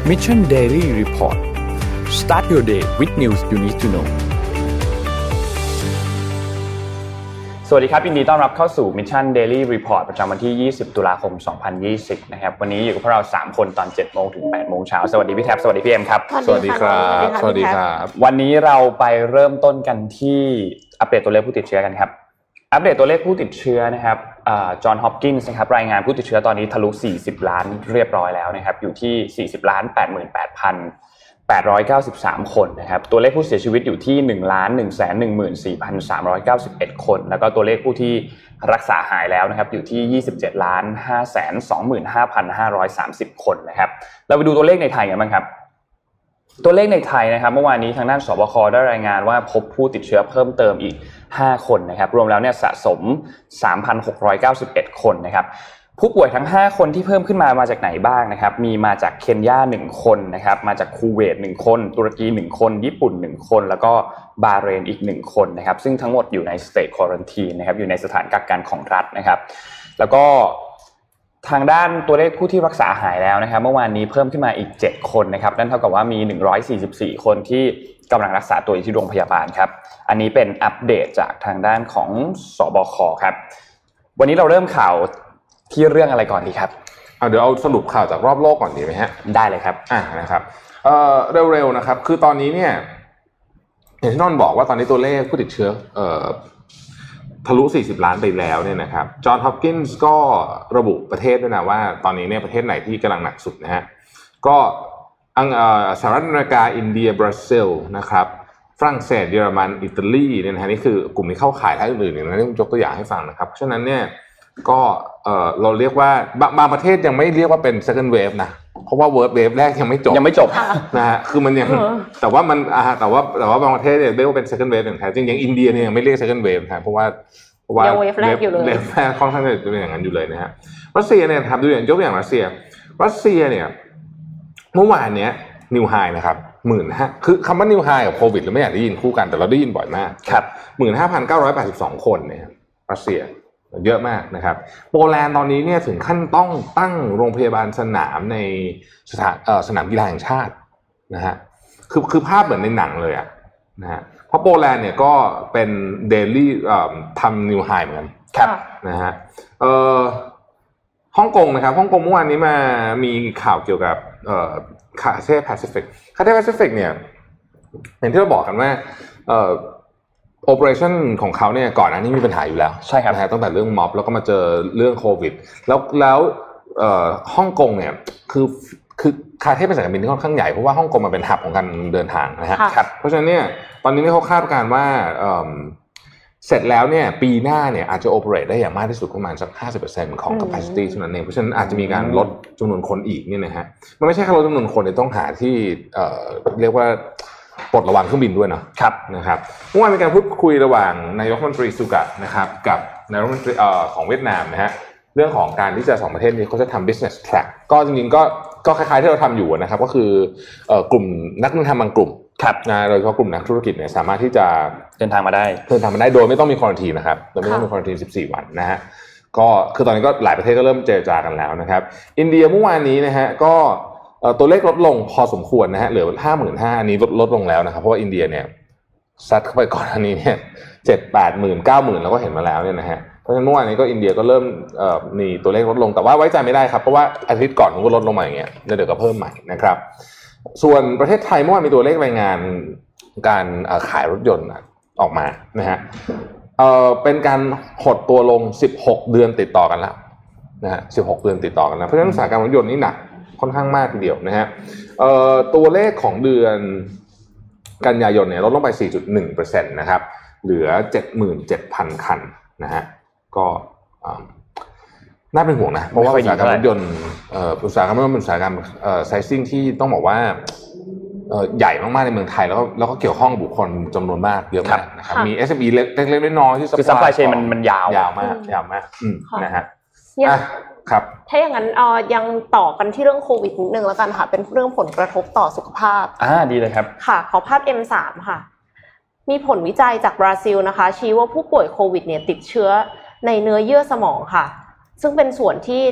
Mission Daily Report Start your day with news you need to know สวัสดีครับยินดีต้อนรับเข้าสู่ Mission Daily Report ประจำวันที่20ตุลาคม2020นะครับวันนี้อยู่กับพวกเรา3คนตอน 7:00 น. ถึง 8:00 น. สวัสดีพี่แท็บสวัสดีพี่เอ็มครับสวัสดีครับสวัสดีครับวันนี้เราไปเริ่มต้นกันที่อัปเดตตัวเลขผู้ติดเชื้อกันครับอัปเดตตัวเลขผู้ติดเชื้อนะครับจอห์นฮอปกินส์นะครับรายงานผู้ติดเชื้อตอนนี้ทะลุ40ล้านเรียบร้อยแล้วนะครับอยู่ที่ 40,88,893 คนนะครับตัวเลขผู้เสียชีวิตอยู่ที่ 1,114,391 คนแล้วก็ตัวเลขผู้ที่รักษาหายแล้วนะครับอยู่ที่ 27,525,530 คนนะครับเราไปดูตัวเลขในไทยกันบ้างครับตัวเลขในไทยนะครับเมื่อวานนี้ทางด้านสบคได้รายงานว่าพบผู้ติดเชื้อเพิ่มเติมอีก5คนนะครับรวมแล้วเนี่ยสะสม 3,691 คนนะครับผู้ป่วยทั้ง5คนที่เพิ่มขึ้นมาจากไหนบ้างนะครับมีมาจากเคนยา1คนนะครับมาจากคูเวต1คนตุรกี1คนญี่ปุ่น1คนแล้วก็บาห์เรนอีก1คนนะครับซึ่งทั้งหมดอยู่ในสเตทควอรันทีนนะครับอยู่ในสถานกักกันของรัฐนะครับแล้วก็ทางด้านตัวเลขผู้ที่รักษาหายแล้วนะครับเมื่อวานนี้เพิ่มขึ้นมาอีก7คนนะครับนั่นเท่ากับว่ามี144คนที่กำลังรักษาตัวอยู่ที่โรงพยาบาลครับอันนี้เป็นอัปเดตจากทางด้านของสบคครับวันนี้เราเริ่มข่าวที่เรื่องอะไรก่อนดีครับเดี๋ยวเอาสรุปข่าวจากรอบโลกก่อนดีไหมฮะได้เลยครับนะครับเร็วๆนะครับคือตอนนี้เนี่ยอย่างที่นนท์บอกว่าตอนนี้ตัวเลขผู้ติดเชื้อทะลุ40ล้านไปแล้วเนี่ยนะครับจอห์นฮอปกินส์ก็ระบุประเทศด้วยนะว่าตอนนี้เนี่ยประเทศไหนที่กำลังหนักสุดนะฮะก็สหรัฐอเมริกาอินเดียบราซิลนะครับฝรั่งเศสเยอรมันอิตาลีเนี่ยนะฮะนี่คือกลุ่มที่เข้าข่ายท่าอื่นๆอย่างนั้นที่ผมยกตัวอย่างให้ฟังนะครับเพราะฉะนั้นเนี่ยก็เราเรียกว่าบางประเทศยังไม่เรียกว่าเป็น second wave นะเพราะว่า wave แรกยังไม่จบนะฮะคือมันยังแต่ว่าแต่ว่าบางประเทศเนี่ยเรียกว่าเป็น second wave อย่างแท้จริงอย่างอินเดียเนี่ยยังไม่เรียก second wave นะเพราะว่ายัง wave แรกอยู่เลย wave แรกค่อนข้างจะเป็นอย่างนั้นอยู่เลยนะฮะรัสเซียเนี่ยทำดูอย่างยกตัวอย่างรัสเซียเนี่ยเมื่อวานเนี้ยนิวไฮนะครับ 15,000 คือคำว่านิวไฮกับโควิดเราไม่อยากได้ยินคู่กันแต่เราได้ยินบ่อยมากครับ 15,982 คนเนี่ยรัสเซียเยอะมากนะครับโปแลนด์ตอนนี้เนี่ยถึงขั้นต้องตั้งโรงพยาบาลสนามในสนามกีฬาแห่งชาตินะฮะคือภาพเหมือนในหนังเลยอะนะฮะเพราะโปแลนด์เนี่ยก็เป็นเดลี่ทำนิวไฮเหมือนกันครับนะฮะฮ่องกงนะครับฮ่องกงเมื่อวานนี้มีข่าวเกี่ยวกับคาเท่แปซิฟิกเนี่ยอย่างที่เราบอกกันว่าoperation ของเขาเนี่ยก่อนหน้านี้มีปัญหาอยู่แล้วใช่ครับนะฮะตั้งแต่เรื่องม็อบแล้วก็มาเจอเรื่องโควิดแล้วฮ่องกงเนี่ยคือคาเท่เป็นสายการบินที่ค่อนข้างใหญ่เพราะว่าฮ่องกงมันเป็นหับของการเดินทางนะฮะเพราะฉะนั้นเนี่ยตอนนี้เขาคาดการณ์ว่าเสร็จแล้วเนี่ยปีหน้าเนี่ยอาจจะ operate ได้อย่างมากที่สุดประมาณสัก 50% ของ capacity เท่านั้นเองเพราะฉะนั้นอาจจะมีการลดจำนวนคนอีกเนี่ยนะฮะมันไม่ใช่แค่ลดจำนวนคนเนี่ยต้องหาที่เรียกว่าปลดระวางเครื่องบินด้วยเนาะนะครับเมื่อวานมีการพูดคุยระหว่างนายกรัฐมนตรีสุกะนะครับกับนายกรัฐมนตรีของเวียดนามนะฮะเรื่องของการที่จะ2ประเทศนี้เขาจะทำ business track ก็จริงๆก็คล้ายๆที่เราทำอยู่นะครับก็คือกลุ่มนักลงทุนบางกลุ่มนะโดยเฉพาะกลุ่มนักธุรกิจเนี่ยสามารถที่จะเดินทางมาได้โดยไม่ต้องมีควอรันทีนนะครับโดยไม่ต้องมีควอรันทีน14 วันนะฮะก็คือตอนนี้ก็หลายประเทศก็เริ่มเจรจากันแล้วนะครับอินเดียเมื่อวานนี้นะฮะก็ตัวเลขลดลงพอสมควรนะฮะเหลือ 55,000 อันนี้ลดลงแล้วนะครับเพราะว่าอินเดียเนี่ยซัดเข้าไปก่อนอันนี้เนี่ย 7-8,000 9,000 แล้วก็เห็นมาแล้วเนี่ยนะฮะเพราะฉะนั้นเมื่อวานนี้ก็อินเดียก็เริ่มมีตัวเลขลดลงแต่ว่าไว้ใจไม่ได้ครับเพราะว่าอาทิตย์ก่อนมันก็ลดลงมาอย่างเงี้ยเดี๋ยวก็เพิ่มใหม่นะครับส่วนประเทศไทยเมื่อวานมีตัวเลขรายงานการขายรถยนต์ออกมานะฮะเป็นการหดตัวลง16 เดือนติดต่อกันแล้วนะฮะ16 เดือนติดต่อกันแล้วเพราะฉะนั้นอุตสาหกรรมรถยนต์นี่หนักค่อนข้างมากทีเดียวนะฮะตัวเลขของเดือนกันยายนเนี่ยลดลงไป 4.1% นะครับเหลือ 77,000 คันนะฮะก็น่าเป็นห่วงนะเพราะว่าอุตสาหกรรมรถยนต์อุตสาหกรรมรถยนต์เป็นอุตสาหกรรมไซซิ่งที่ต้องบอกว่าใหญ่มากๆในเมืองไทยแล้วก็เกี่ยวข้องบุคคลจำนวนมากเยอะมากนะครับมี SME เล็กๆน้อยๆที่คือซัพพลายเชนมันยาวมากนะฮะครับถ้าอย่างนั้นยังต่อกันที่เรื่องโควิดนิดนึงแล้วกันค่ะเป็นเรื่องผลกระทบต่อสุขภาพดีเลยครับค่ะขอภาพ M3 ค่ะมีผลวิจัยจากบราซิลนะคะชี้ว่าผู้ป่วยโควิดเนี่ยติดเชื้อในเนื้อเยื่อสมองค่ะซึ่งเป็นส่วนที่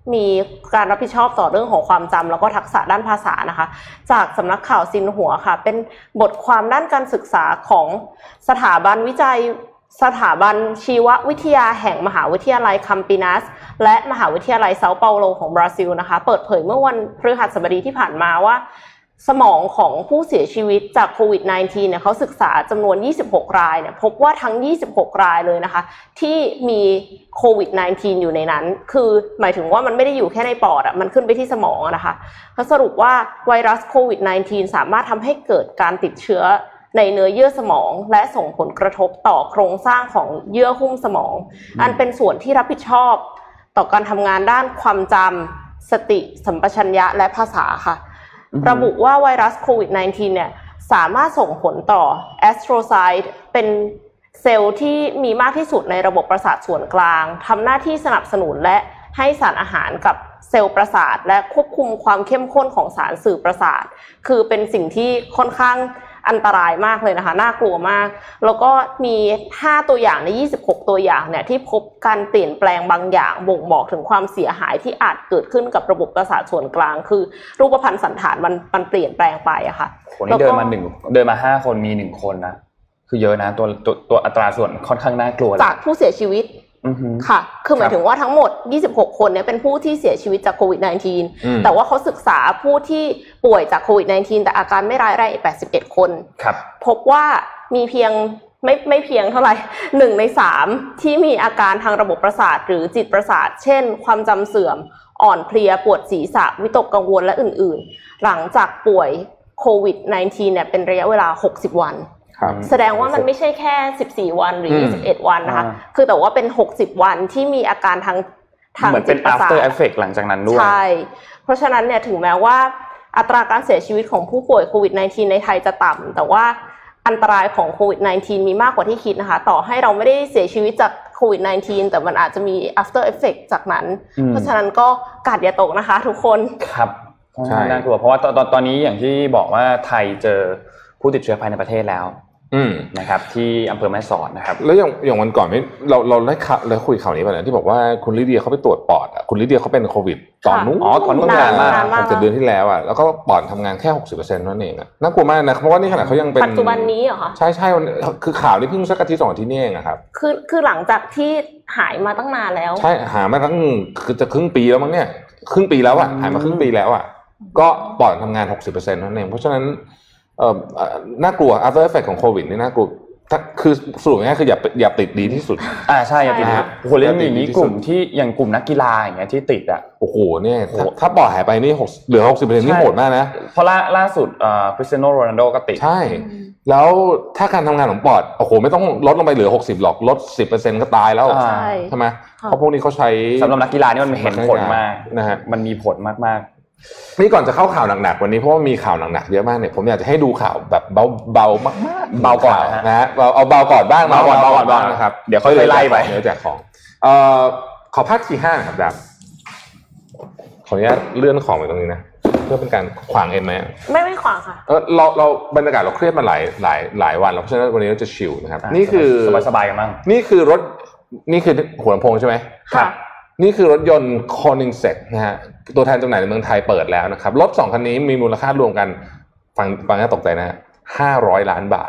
มีการรับผิดชอบต่อเรื่องของความจำแล้วก็ทักษะด้านภาษานะคะจากสำนักข่าวซินหัวค่ะเป็นบทความด้านการศึกษาของสถาบันชีววิทยาแห่งมหาวิทยาลัยคัมปินัสและมหาวิทยาลัยเซาเปาโลของบราซิลนะคะเปิดเผยเมื่อวันพฤหัสบดีที่ผ่านมาว่าสมองของผู้เสียชีวิตจากโควิด -19 เนี่ยเขาศึกษาจำนวน26รายเนี่ยพบว่าทั้ง26รายเลยนะคะที่มีโควิด -19 อยู่ในนั้นคือหมายถึงว่ามันไม่ได้อยู่แค่ในปอดมันขึ้นไปที่สมองนะคะเขาสรุปว่าไวรัสโควิด -19 สามารถทำให้เกิดการติดเชื้อในเนื้อเยื่อสมองและส่งผลกระทบต่อโครงสร้างของเยื่อหุ้มสมองอันเป็นส่วนที่รับผิดชอบต่อการทำงานด้านความจำสติสัมปชัญญะและภาษาค่ะระบุว่าไวรัสโควิด -19 เนี่ยสามารถส่งผลต่อแอสโทรไซต์เป็นเซลล์ที่มีมากที่สุดในระบบประสาทส่วนกลางทำหน้าที่สนับสนุนและให้สารอาหารกับเซลล์ประสาทและควบคุมความเข้มข้นของสารสื่อประสาทคือเป็นสิ่งที่ค่อนข้างอันตรายมากเลยนะคะน่ากลัวมากแล้วก็มี5ตัวอย่างใน26ตัวอย่างเนี่ยที่พบการเปลี่ยนแปลงบางอย่างบ่งบอกถึงความเสียหายที่อาจเกิดขึ้นกับระบบประสาทส่วนกลางคือรูปพรรณสันฐานมันเปลี่ยนแปลงไปอะค่ะคนที่เดินมา5คนมี1คนนะคือเยอะนะตัวอัตราส่วนค่อนข้างน่ากลัวจากผู้เสียชีวิตค่ะคือหมายถึงว่าทั้งหมด26คนเนี่ยเป็นผู้ที่เสียชีวิตจากโควิด -19 แต่ว่าเขาศึกษาผู้ที่ป่วยจากโควิด -19 แต่อาการไม่ร้ายแรงอีก81คนพบว่ามีเพียงไม่เพียงเท่าไหร่1ใน3ที่มีอาการทางระบบประสาทหรือจิตประสาทเช่นความจำเสื่อมอ่อนเพลียปวดศีรษะวิตกกังวลและอื่นๆหลังจากป่วยโควิด -19 เนี่ยเป็นระยะเวลา60วันแสดงว่ามันไม่ใช่แค่14วันหรือ21วันนะคะคือแต่ว่าเป็น60วันที่มีอาการทางเหมือนเป็น after effect หลังจากนั้นด้วยใช่เพราะฉะนั้นเนี่ยถึงแม้ว่าอัตราการเสียชีวิตของผู้ป่วยโควิด -19 ในไทยจะต่ำแต่ว่าอันตรายของโควิด -19 มีมากกว่าที่คิดนะคะต่อให้เราไม่ได้เสียชีวิตจากโควิด -19 แต่มันอาจจะมี after effect จากนั้นเพราะฉะนั้นก็กาดอย่าตกนะคะทุกคนครับใช่น่ากลัวเพราะว่าตอนนี้อย่างที่บอกว่าไทยเจอผู้ติดเชื้อภายในประเทศแล้วนะครับที่อำเภอแม่สอดนะครับแล้วอย่างวันก่อนเราได้คุยข่าวนี้ไปแล้วที่บอกว่าคุณลิเดียเขาไปตรวจปอดคุณลิเดียเขาเป็นโควิดตอนนู้นนานมาก7 เดือนที่แล้วแล้วก็ปอดทำงานแค่ 60% นั่นเองน่ากลัวมากนะเพราะว่านี่ขนาดเขายังเป็นปัจจุบันนี้เหรอคะใช่คือข่าวนี้เพิ่งสักอาทิตย์2 อาทิตย์นี่เองครับคือหลังจากที่หายมาตั้งนานแล้วใช่หายมาตั้งคือจะครึ่งปีแล้วมั้งเนี่ยครึ่งปีแล้วหายมาครึ่งปีแล้วก็ปอดทำงาน 60% นั่นเองเพราะฉะนั้นน่ากลัว after effect ของโควิดนี่น่ากลัวคือสรุปง่ายๆคืออย่าติดดีที่สุดใช่อย่าติดโอ้โหเรื่องอย่างนี้กลุ่มที่อย่างกลุ่มนักกีฬาอย่างเงี้ยที่ติดโอ้โหเนี่ยถ้าปอดหายไปนี่เหลือ 60% นี่โหดมากนะเพราะล่าสุดคริสเตียโนโรนัลโดก็ติดใช่แล้วถ้าการทำงานของปอดโอ้โหไม่ต้องลดลงไปเหลือ60หรอกลด 10% ก็ตายแล้วใช่ไหมเพราะพวกนี้เขาใช้สำหรับนักกีฬานี่มันเห็นผลมากนะฮะมันมีผลมากนี่ก่อนจะเข้าข่าวหนักๆวันนี้เพราะว่ามีข่าวหนักๆเยอะมากเนี่ยผมอยากจะให้ดูข่าวแบบเบามากๆเบาก่อนนะฮะเอาเบาก่อนบ้างนะครับเดี๋ยวค่อยไล่ไปเดี๋ยวแจกของขอภาคที่5ครับแบบขออนุญาตเลื่อนของไปตรงนี้นะเพื่อเป็นการขวางไหมไม่ขวางค่ะเราบรรยากาศเราเครียดมาหลายวันแล้วเพราะฉะนั้นวันนี้เราจะชิลนะครับนี่คือสบายๆกันบ้างนี่คือหัวลำโพงใช่ไหมครับนี่คือรถยนต์ Koenigsegg นะฮะตัวแทนจำหน่ายในเมืองไทยเปิดแล้วนะครับรถ2คันนี้มีมูลค่ารวมกันฟังน่าตกใจนะ500 ล้านบาท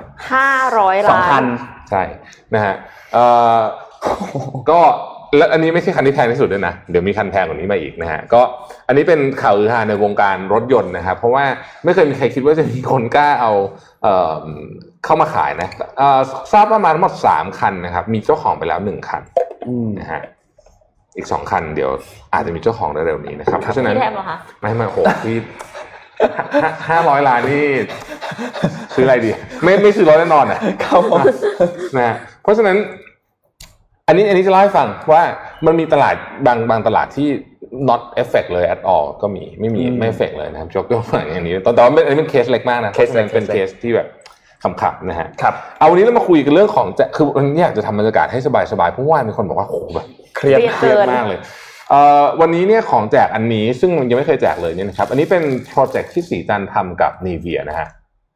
500 ล้าน 2คันใช่นะฮะก็และอันนี้ไม่ใช่คันที่แพงที่สุดด้วยนะเดี๋ยวมีคันแพงกว่านี้มาอีกนะฮะก็อันนี้เป็นข่าวฮือฮาในวงการรถยนต์นะครับเพราะว่าไม่เคยมีใครคิดว่าจะมีคนกล้าเอาเข้ามาขายนะทราบว่ามาทั้งหมด3คันนะครับมีเจ้าของไปแล้ว1คันนะฮะอีก2คันเดี๋ยวอาจจะมีเจ้าของเร็วๆนี้นะครับเพราะฉะนั้นไม่โหที่500 ล้านนี่ซื้ออะไรดีไม่ซื้อรถแน่นอนนะเพราะฉะนั้นอันนี้จะเล่าให้ฟังว่ามันมีตลาดบางตลาดที่ not effect เลย at all ก็มีไม่ effect เลยนะครับยกตัวอย่างนี้แต่ว่าอันนี้เป็นเคสเล็กมากนะเป็นเคสที่แบบขำๆนะฮะเอาวันนี้เรามาคุยกันเรื่องของคือวันนี้อยากจะทำบรรยากาศให้สบายๆเพราะว่ามีคนบอกว่าโหแบบเครียดมากเลยวันนี้เนี่ยของแจกอันนี้ซึ่งยังไม่เคยแจกเลยเนี่ยนะครับอันนี้เป็นโปรเจกต์ที่สีจันทำกับ Nivea นะฮะ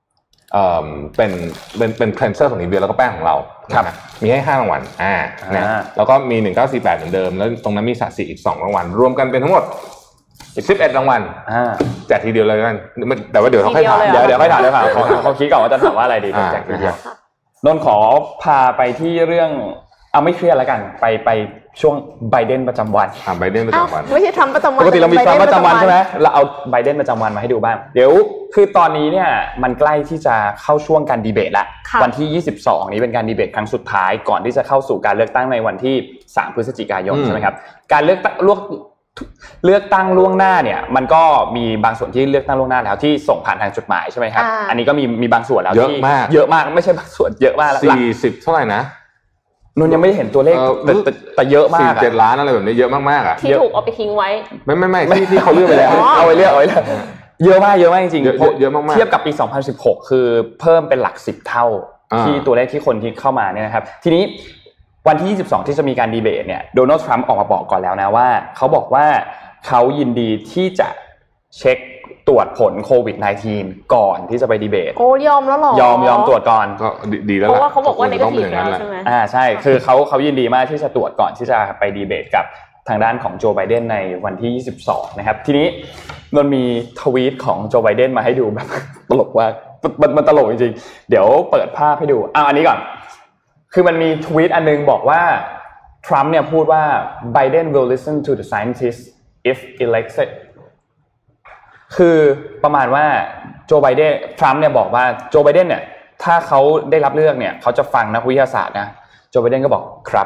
เป็นเคลนเซอร์ของนิเวียแล้วก็แป้งของเราครับมีให้5รางวัลนะแล้วก็มี1948เหมือนเดิมแล้วตรงนั้นมีสะสีอีก2รางวัลรวมกันเป็นทั้งหมด11รางวัลแจกทีเดียวเลยกันแต่ว่าเดี๋ยวเขาค่อยถามเดี๋ยวค่อยถามเลยค่ะเขาคิดก่อนว่าจะถามว่าอะไรดีแจกทีเดียวนนขอพาไปที่เรื่องเอาไม่เครียดแล้วกันไปช่วงไบเดนประจำวันไบเดนประจำวันไม่ใช่ทรัมป์ประจำวันปกติเรามีทรัมป์ประจำวันใช่ไหมเราเอาไบเดนประจำวันมาให้ดูบ้างเดี๋ยวคือตอนนี้เนี่ยมันใกล้ที่จะเข้าช่วงการดีเบตแล้ววันที่22นี้เป็นการดีเบตครั้งสุดท้ายก่อนที่จะเข้าสู่การเลือกตั้งในวันที่3พฤศจิกายนใช่ไหมครับการเลือกตั้งล่วงหน้าเนี่ยมันก็มีบางส่วนที่เลือกตั้งล่วงหน้าแล้วที่ส่งผ่านทางจดหมายใช่ไหมครับอันนี้ก็มีบางส่วนแล้วที่เยอะมากไม่ใช่บางส่วนเยอะมากแล้ว 40เท่าไหร่นะนนยังไม่เห็นตัวเลขแต่เยอะมาก 47ล้านอะไรแบบนี้เยอะมากๆอ่ะที่ถูกเอาไปทิ้งไว้ไม่ที่เขาเลือกไปแล้วเอาไว้เลือกเยอะมากจริงๆเยอะมากๆเทียบกับปี2016คือเพิ่มเป็นหลัก10เท่าที่ตัวเลขที่คนที่เข้ามาเนี่ยนะครับทีนี้วันที่22ที่จะมีการดีเบตเนี่ยโดนัลด์ทรัมป์ออกมาบอกก่อนแล้วนะว่าเขาบอกว่าเขายินดีที่จะเช็คตรวจผลโควิด -19 ก่อนที่จะไปดีเบตโอ้ยอมแล้วหรอยอมตรวจก่อนก็ดีแล้วเพราะว่าเขาบอกว่าเนกาทีฟแล้วใช่ไหมใช่คือเขายินดีมากที่จะตรวจก่อนที่จะไปดีเบตกับทางด้านของโจไบเดนในวันที่22นะครับทีนี้นนมีทวีตของโจไบเดนมาให้ดูแบบตลกว่ามันตลกจริงๆเดี๋ยวเปิดภาพให้ดูอันนี้ก่อนคือมันมีทวีตอันนึงบอกว่าทรัมป์เนี่ยพูดว่า Biden will listen to the scientists if elected คือประมาณว่าโจไบเดนทรัมป์เนี่ยบอกว่าโจไบเดนเนี่ยถ้าเขาได้รับเลือกเนี่ยเขาจะฟังนักวิทยาศาสตร์นะโจไบเดนก็บอกครับ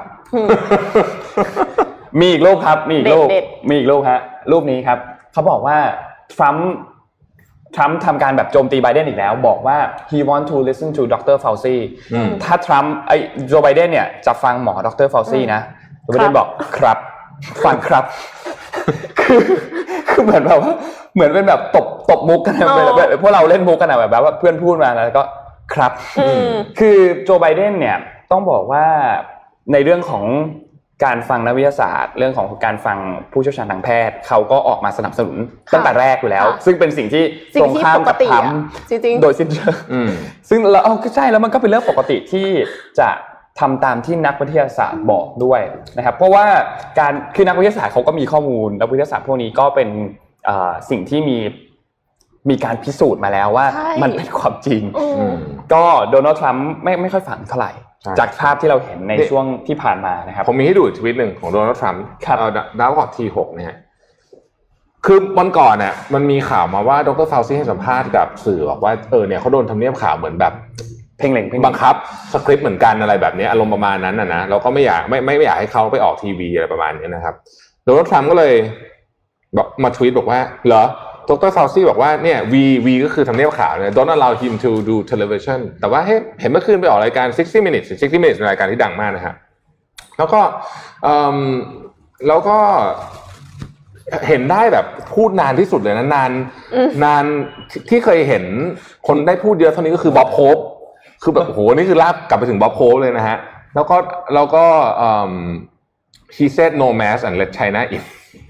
มีอีกรูปครับมีอีกรูปฮะรูปนี้ครับเขาบอกว่าทรัมป์ทำการแบบโจมตีไบเดนอีกแล้วบอกว่า he want to listen to Dr. Fauci ถ้าทรัมป์โจไบเดนเนี่ยจะฟังหมอดร. Fauci นะโจไบเดนบอกครับฟังครับคือเหมือนแบบว่าเหมือนเป็นแบบตบมุกกันแบบพวกเราเล่นมุกกันแบบว่าเพื่อนพูดมาแล้วก็ครับคือโจไบเดนเนี่ยต้องบอกว่าในเรื่องของการฟังนักวิทยาศาสตร์เรื่องของการฟังผู้เชี่ยวชาญทางแพทย์เขาก็ออกมาสนับสนุนตั้งแต่แรกอยู่แล้วซึ่งเป็นสิ่งที่ตรงข้ามกับทรัมป์โดยสิ้นเชิงซึ่งเราก็ใช่แล้วมันก็เป็นเรื่องปกติที่จะทำตามที่นักวิทยาศาสตร์บอกด้วยนะครับเพราะว่าคือนักวิทยาศาสตร์เขาก็มีข้อมูลนักวิทยาศาสตร์พวกนี้ก็เป็นสิ่งที่มีการพิสูจน์มาแล้วว่ามันเป็นความจริงก็โดนัลด์ทรัมป์ไม่ค่อยฝังเท่าไหร่จากภาพที่เราเห็นในช่วงที่ผ่านมานะครับผมมีให้ดูทวิตหนึ่งของโดนัลด์ทรัมป์ดาวกอดT6เนี่ยคือวันก่อนเนี่ยมันมีข่าวมาว่าดร. Fauciให้สัมภาษณ์กับสื่อบอกว่าเนี่ยเขาโดนทำเนียบข่าวเหมือนแบบเพ่งเล็งบังคับสคริปต์เหมือนกันอะไรแบบนี้อารมณ์ประมาณนั้นนะเราก็ไม่อยากให้เขาไปออกทีวีอะไรประมาณนี้นะครับโดนัลด์ทรัมป์ก็เลยบอกมาทวีตบอกว่าเหรอดร. Fauciบอกว่าเนี่ย V ก็คือทำเนียบข่าวเนี่ย Don't allow him to do television แต่ว่าเห็นเมื่อคืนไปออกรายการ60 minutes เป็นรายการที่ดังมากนะฮะแล้วก็เห็นได้แบบพูดนานที่สุดเลยนะนานที่เคยเห็นคนได้พูดเยอะเท่านี้ก็คือบ๊อบโฮปคือแบบโอ้โหนี่คือลากกลับไปถึงบ๊อบโฮปเลยนะฮะแล้วก็he said no mask and let China in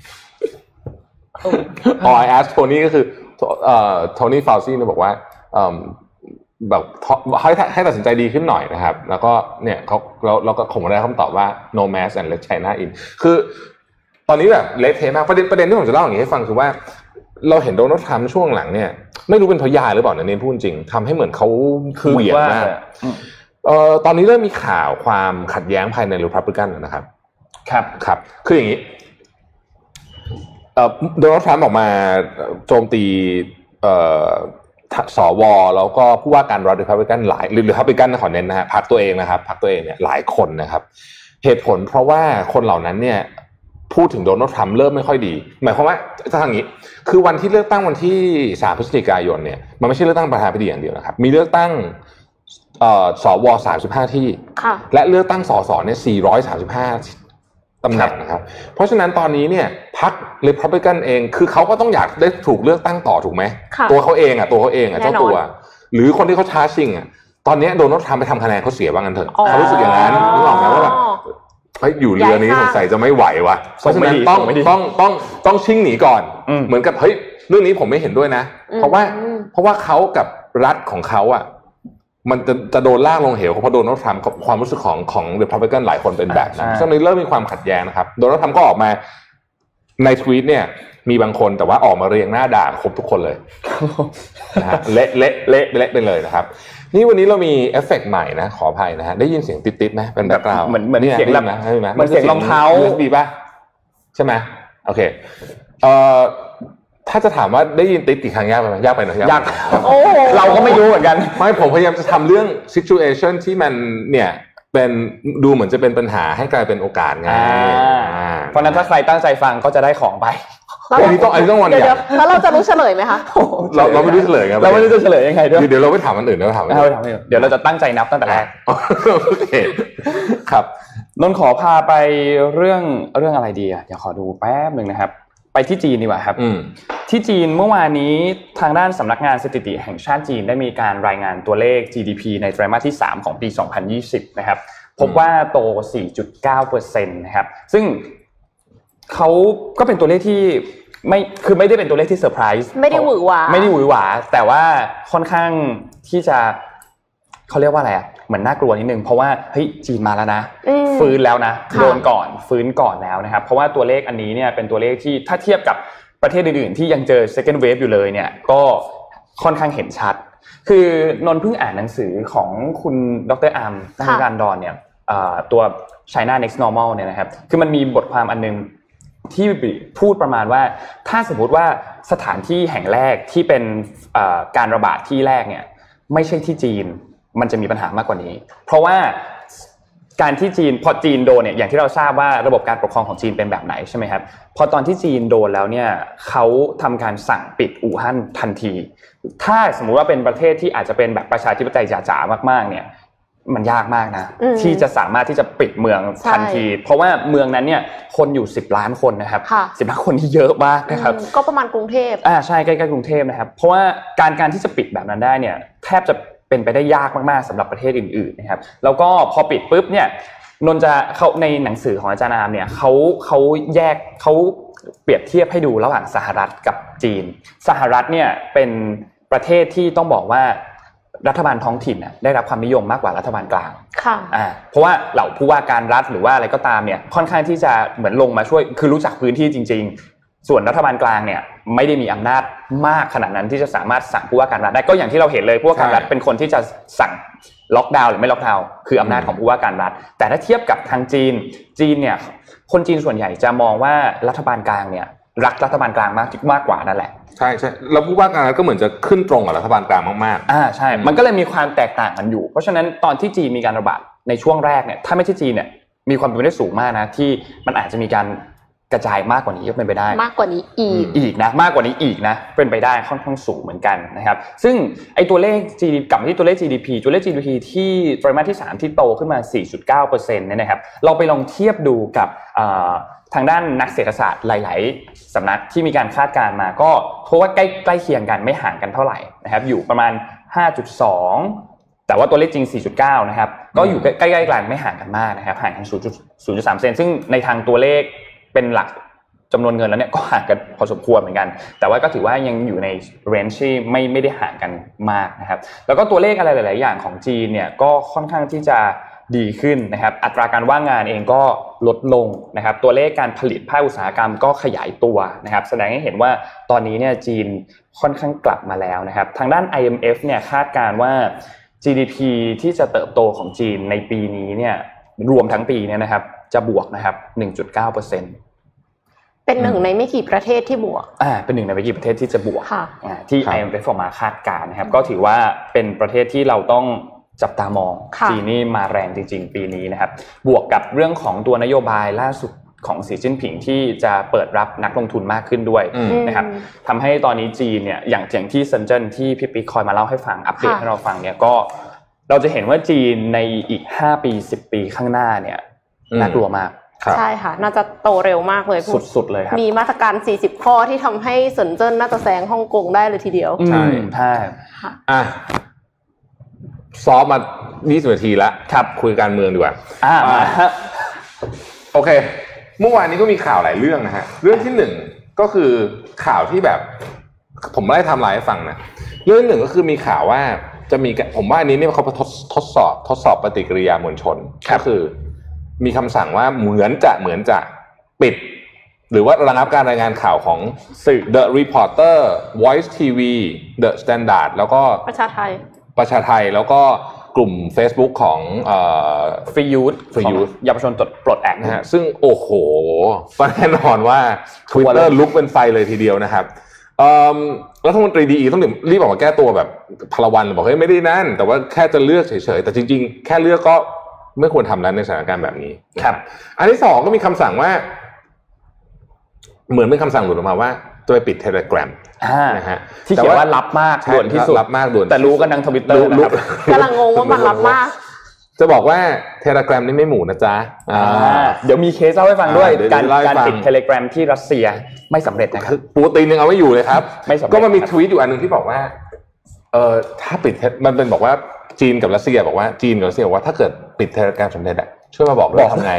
I asked Tony ก็คือTony Fauci เนี่ยบอกว่าแบบให้ตัดสินใจดีขึ้นหน่อยนะครับแล้วก็เนี่ยเราก็คงได้คำตอบว่า no mask and let China in คือตอนนี้แบบเละเทะมากประเด็นที่ผมจะเล่าอย่างนี้ให้ฟังคือว่าเราเห็นโดนัลด์ทรัมป์ช่วงหลังเนี่ยไม่รู้เป็นเพราะยาหรือเปล่าเนี่ยพูดจริงทำให้เหมือนเขาเหวี่ยงมากตอนนี้เริ่มมีข่าวความขัดแย้งภายในรีพับลิกันนะครับครับคืออย่างนี้โดนัลด์ทรัมป์ออกมาโจมตีสวแล้วก็ผู้ว่าการรัฐรีพับลิกันหลายหรือรีพับลิกันขอเน้นนะฮะพรรคตัวเองนะครับพรรคตัวเองเนี่ยหลายคนนะครับเหตุผลเพราะว่าคนเหล่านั้นเนี่ยพูดถึงโดนัลด์ทรัมป์เริ่มไม่ค่อยดีหมายความว่าถ้าอย่างนี้คือวันที่เลือกตั้งวันที่3พฤศจิกายนเนี่ยมันไม่ใช่เลือกตั้งประธานาธิบดีอย่างเดียวนะครับมีเลือกตั้งสว35ที่และเลือกตั้งสสเนี่ย435ตำแหน่งนะครับเพราะฉะนั้นตอนนี้เนี่ยพรรค Republican เองคือเขาก็ต้องอยากได้ถูกเลือกตั้งต่อถูกไหมตัวเขาเองเจ้าตัวหรือคนที่เขาท้าชิงตอนนี้โดนัลด์ทรัมป์ไปทำคะแนนเขาเสียว่างั้นเถอะเขารู้สึกอย่างนั้นนึกออกไหมว่าแบบอยู่เรือนี้สงสัยจะไม่ไหววะเพราะฉะนั้นต้องชิ่งหนีก่อนเหมือนกับเฮ้ยเรื่องนี้ผมไม่เห็นด้วยนะเพราะว่าเขากับรัฐของเขามันจะโดนลากลงเหวเพราะโดนัลด์ทรัมป์กับความรู้สึกของเรพับลิกันหลายคนเป็นแบบนั้นซึ่งในเริ่มมีความขัดแย้งนะครับโดนัลด์ทรัมป์ก็ออกมาในทวีตเนี่ยมีบางคนแต่ว่าออกมาเรียงหน้าด่าครบทุกคนเลยนะฮะเละไปเลยนะครับนี่วันนี้เรามีเอฟเฟกต์ใหม่นะขออภัยนะฮะได้ยินเสียงติดๆไหมเป็นแบ็คกราวด์เหมือนเสียงแบบเหมือนเสียงรองเท้าดีป่ะใช่ไหมโอเคถ้าจะถามว่าได้ยินติดกี่ครั้งยากไปไหมยากไปหน่อยยากเราก็ไม่รู้เหมือนกันไม่ผมพยายามจะทำเรื่อง situation ที่มันเนี่ยเป็นดูเหมือนจะเป็นปัญหาให้กลายเป็นโอกาสไงเพราะนั้นถ้าใครตั้งใจฟังก็จะได้ของไปอันนี้ต้องวันเดียวแล้วเราจะรู้เฉลยไหมคะเราไม่รู้เฉลยครับเราไม่รู้จะเฉลยยังไงด้วยเดี๋ยวเราไปถามอันอื่นเราถามเดี๋ยวเราจะตั้งใจนับตั้งแต่แรกโอเคครับนนขอพาไปเรื่องอะไรดีอ่ะเดี๋ยวขอดูแป๊บนึงนะครับไปที่จีนดีกว่าครับที่จีนเมื่อวานนี้ทางด้านสำนักงานสถิติแห่งชาติจีนได้มีการรายงานตัวเลข GDP ในไตรมาสที่3ของปี2020นะครับพบว่าโต 4.9% นะครับซึ่งเขาก็เป็นตัวเลขที่คือไม่ได้เป็นตัวเลขที่เซอร์ไพรส์ไม่ได้หวือหวาแต่ว่าค่อนข้างที่จะเขาเรียกว่าอะไรอ่ะเหมือนน่ากลัวนิดนึงเพราะว่าเฮ้ยจีนมาแล้วนะฟื้นแล้วนะโดนก่อนฟื้นก่อนแล้วนะครับเพราะว่าตัวเลขอันนี้เนี่ยเป็นตัวเลขที่ถ้าเทียบกับประเทศอื่นๆที่ยังเจอ second wave อยู่เลยเนี่ยก็ค่อนข้างเห็นชัดคือนนเพิ่งอ่านหนังสือของคุณดร.อาร์มนักการดอนเนี่ยตัว China Next Normal เนี่ยนะครับคือมันมีบทความอันนึงที่พูดประมาณว่าถ้าสมมุติว่าสถานที่แห่งแรกที่เป็นการระบาดที่แรกเนี่ยไม่ใช่ที่จีนมันจะมีปัญหามากกว่านี้เพราะว่าการที่จีนพอจีนโดนเนี่ยอย่างที่เราทราบว่าระบบการปกครองของจีนเป็นแบบไหนใช่ไหมครับพอตอนที่จีนโดนแล้วเนี่ยเขาทำการสั่งปิดอู่ฮั่นทันทีถ้าสมมุติว่าเป็นประเทศที่อาจจะเป็นแบบประชาธิปไตยจ๋าๆมากๆเนี่ยมันยากมากนะที่จะสามารถที่จะปิดเมืองทันทีเพราะว่าเมืองนั้นเนี่ยคนอยู่10ล้านคนนะครับ10ล้านคนที่เยอะมากนะครับก็ประมาณกรุงเทพใช่ใกล้ๆกรุงเทพนะครับเพราะว่าการที่จะปิดแบบนั้นได้เนี่ยแทบจะเป็นไปได้ยากมากๆสำหรับประเทศอื่นๆนะครับแล้วก็พอปิดปุ๊บเนี่ยนนจะเขาในหนังสือของอาจารย์อามเนี่ยเขาแยกเขาเปรียบเทียบให้ดูระหว่างสหรัฐกับจีนสหรัฐเนี่ยเป็นประเทศที่ต้องบอกว่ารัฐบาลท้องถิ่นน่ะได้รับความนิยมมากกว่ารัฐบาลกลางค่ะเพราะว่าเหล่าผู้ว่าการรัฐหรือว่าอะไรก็ตามเนี่ยค่อนข้างที่จะเหมือนลงมาช่วยคือรู้จักพื้นที่จริงๆส่วนรัฐบาลกลางเนี่ยไม่ได้มีอำนาจมากขนาดนั้นที่จะสามารถสั่งผู้ว่าการรัฐได้ก็อย่างที่เราเห็นเลยผู้ว่าการรัฐเป็นคนที่จะสั่งล็อกดาวน์หรือไม่ล็อกดาวน์คืออำนาจของผู้ว่าการรัฐแต่ถ้าเทียบกับทางจีนเนี่ยคนจีนส่วนใหญ่จะมองว่ารัฐบาลกลางเนี่ยรักรัฐบาลกลางมากกว่านั่นแหละใช่แล้วผู้ว่าการรัฐก็เหมือนจะขึ้นตรงกับรัฐบาลกลางมากๆใช่มันก็เลยมีความแตกต่างกันอยู่เพราะฉะนั้นตอนที่จีนมีการระบาดในช่วงแรกเนี่ยถ้าไม่ใช่จีนเนี่ยมีความเป็นไปได้สูงมากนะที่มันอาจจะมีการกระจายมากกว่านี้ก็เป็นไปได้มากกว่านี้อีกนะมากกว่านี้อีกนะเป็นไปได้ค่อนข้างสูงเหมือนกันนะครับซึ่งไอ้ตัวเลข GDP กลับมาที่ตัวเลข GDP ที่ไตรมาสที่3ที่โตขึ้นมา 4.9% เนี่ยนะครับเราไปลองเทียบดูกับทางด้านนักเศรษฐศาสตร์หลายๆสำนักที่มีการคาดการณ์มาก็เพราะว่าใกล้เคียงกันไม่ห่างกันเท่าไหร่นะครับอยู่ประมาณ 5.2 แต่ว่าตัวเลขจริง 4.9 นะครับก็อยู่ใกล้ๆกันไม่ห่างกันมากนะครับห่างกัน 0.3% ซึ่งในทางตัวเลขเป็นหลักจำนวนเงินแล้วเนี่ยก็ห่างกันพอสมควรเหมือนกันแต่ว่าก็ถือว่ายังอยู่ในเรนจ์ที่ไม่ได้ห่างกันมากนะครับแล้วก็ตัวเลขอะไรหลายๆอย่างของจีนเนี่ยก็ค่อนข้างที่จะดีขึ้นนะครับอัตราการว่างงานเองก็ลดลงนะครับตัวเลขการผลิตภาคอุตสาหกรรมก็ขยายตัวนะครับแสดงให้เห็นว่าตอนนี้เนี่ยจีนค่อนข้างกลับมาแล้วนะครับทางด้าน IMF เนี่ยคาดการณ์ว่า GDP ที่จะเติบโตของจีนในปีนี้เนี่ยรวมทั้งปีเนี่ยนะครับจะบวกนะครับ 1.9% เป็นหนึ่งในไม่กี่ประเทศที่บวกเป็นหนึ่งในไม่กี่ประเทศที่จะบวกที่ IMF ออกมาคาดการณ์นะครับก็ถือว่าเป็นประเทศที่เราต้องจับตามองจีนนี่มาแรงจริงๆปีนี้นะครับบวกกับเรื่องของตัวนโยบายล่าสุดของสีจิ้นผิงที่จะเปิดรับนักลงทุนมากขึ้นด้วยนะครับทำให้ตอนนี้จีนเนี่ยอย่างที่เซินเจิ้นที่พี่ปิ๊กคอยมาเล่าให้ฟังอัปเดตให้เราฟังเนี่ยก็เราจะเห็นว่าจีนในอีก5ปี10ปีข้างหน้าเนี่ยน่ากลัวมากใช่ค่ะน่าจะโตเร็วมากเลยสุดๆเลยครับมีมาตรการ40ข้อที่ทำให้เซินเจิ้นน่าจะแซงฮ่องกงได้เลยทีเดียวใช่ซ้อมมา20 นาทีแล้วครับคุยการเมืองดีกว่าโอเคเมื่อวานนี้ก็มีข่าวหลายเรื่องนะฮะเรื่องที่1ก็คือข่าวที่แบบผมไม่ได้ทำไลฟ์ให้ฟังนะเรื่องที่1ก็คือมีข่าวว่าจะมีผมว่าอันนี้เนี่ยเขาทดสอบปฏิกิริยามวลชนก็คือมีคำสั่งว่าเหมือนจะปิดหรือว่าระงับการรายงานข่าวของสื่อ The Reporter Voice TV The Standard แล้วก็ประชาไทยแล้วก็กลุ่ม Facebook ของ Free Youth เยาวชนปลดแอกนะฮะซึ่งโอ้โหก็แน่นอนว่า Twitter ลุกเป็นไฟเลยทีเดียวนะครับรัฐมนตรีดีต้องรีบออกมาแก้ตัวแบบพลวันบอกเฮ้ยไม่ได้นั่นแต่ว่าแค่จะเลือกเฉยๆแต่จริงๆแค่เลือกก็ไม่ควรทำแล้วในสถานการณ์แบบนี้ครับอันที่สองก็มีคำสั่งว่าเหมือนเป็นคำสั่งหลุดออกมาว่าจะไปปิด Telegram นะฮะที่เขียนว่ารับมากด่วนที่สุดรับมากด่วนแต่รู้กันทาง Twitter นะครับกำลังงงว่ามันรับมากจะบอกว่า Telegram นี่ไม่หมูนะจ๊ะเดี๋ยวมีเคสเล่าให้ฟังด้วยการปิด Telegram ที่รัสเซียไม่สำเร็จนะครับปูตินยังเอาไม่อยู่เลยครับก็มันมีทวีตอยู่อันนึงที่บอกว่าถ้าปิดมันเป็นบอกว่าจีนกับรัสเซียบอกว่าจีนกับรัสเซียบอกว่าถ้าเกิดปิด Telegram สำเร็จช่วยมาบอกด้วยทำไง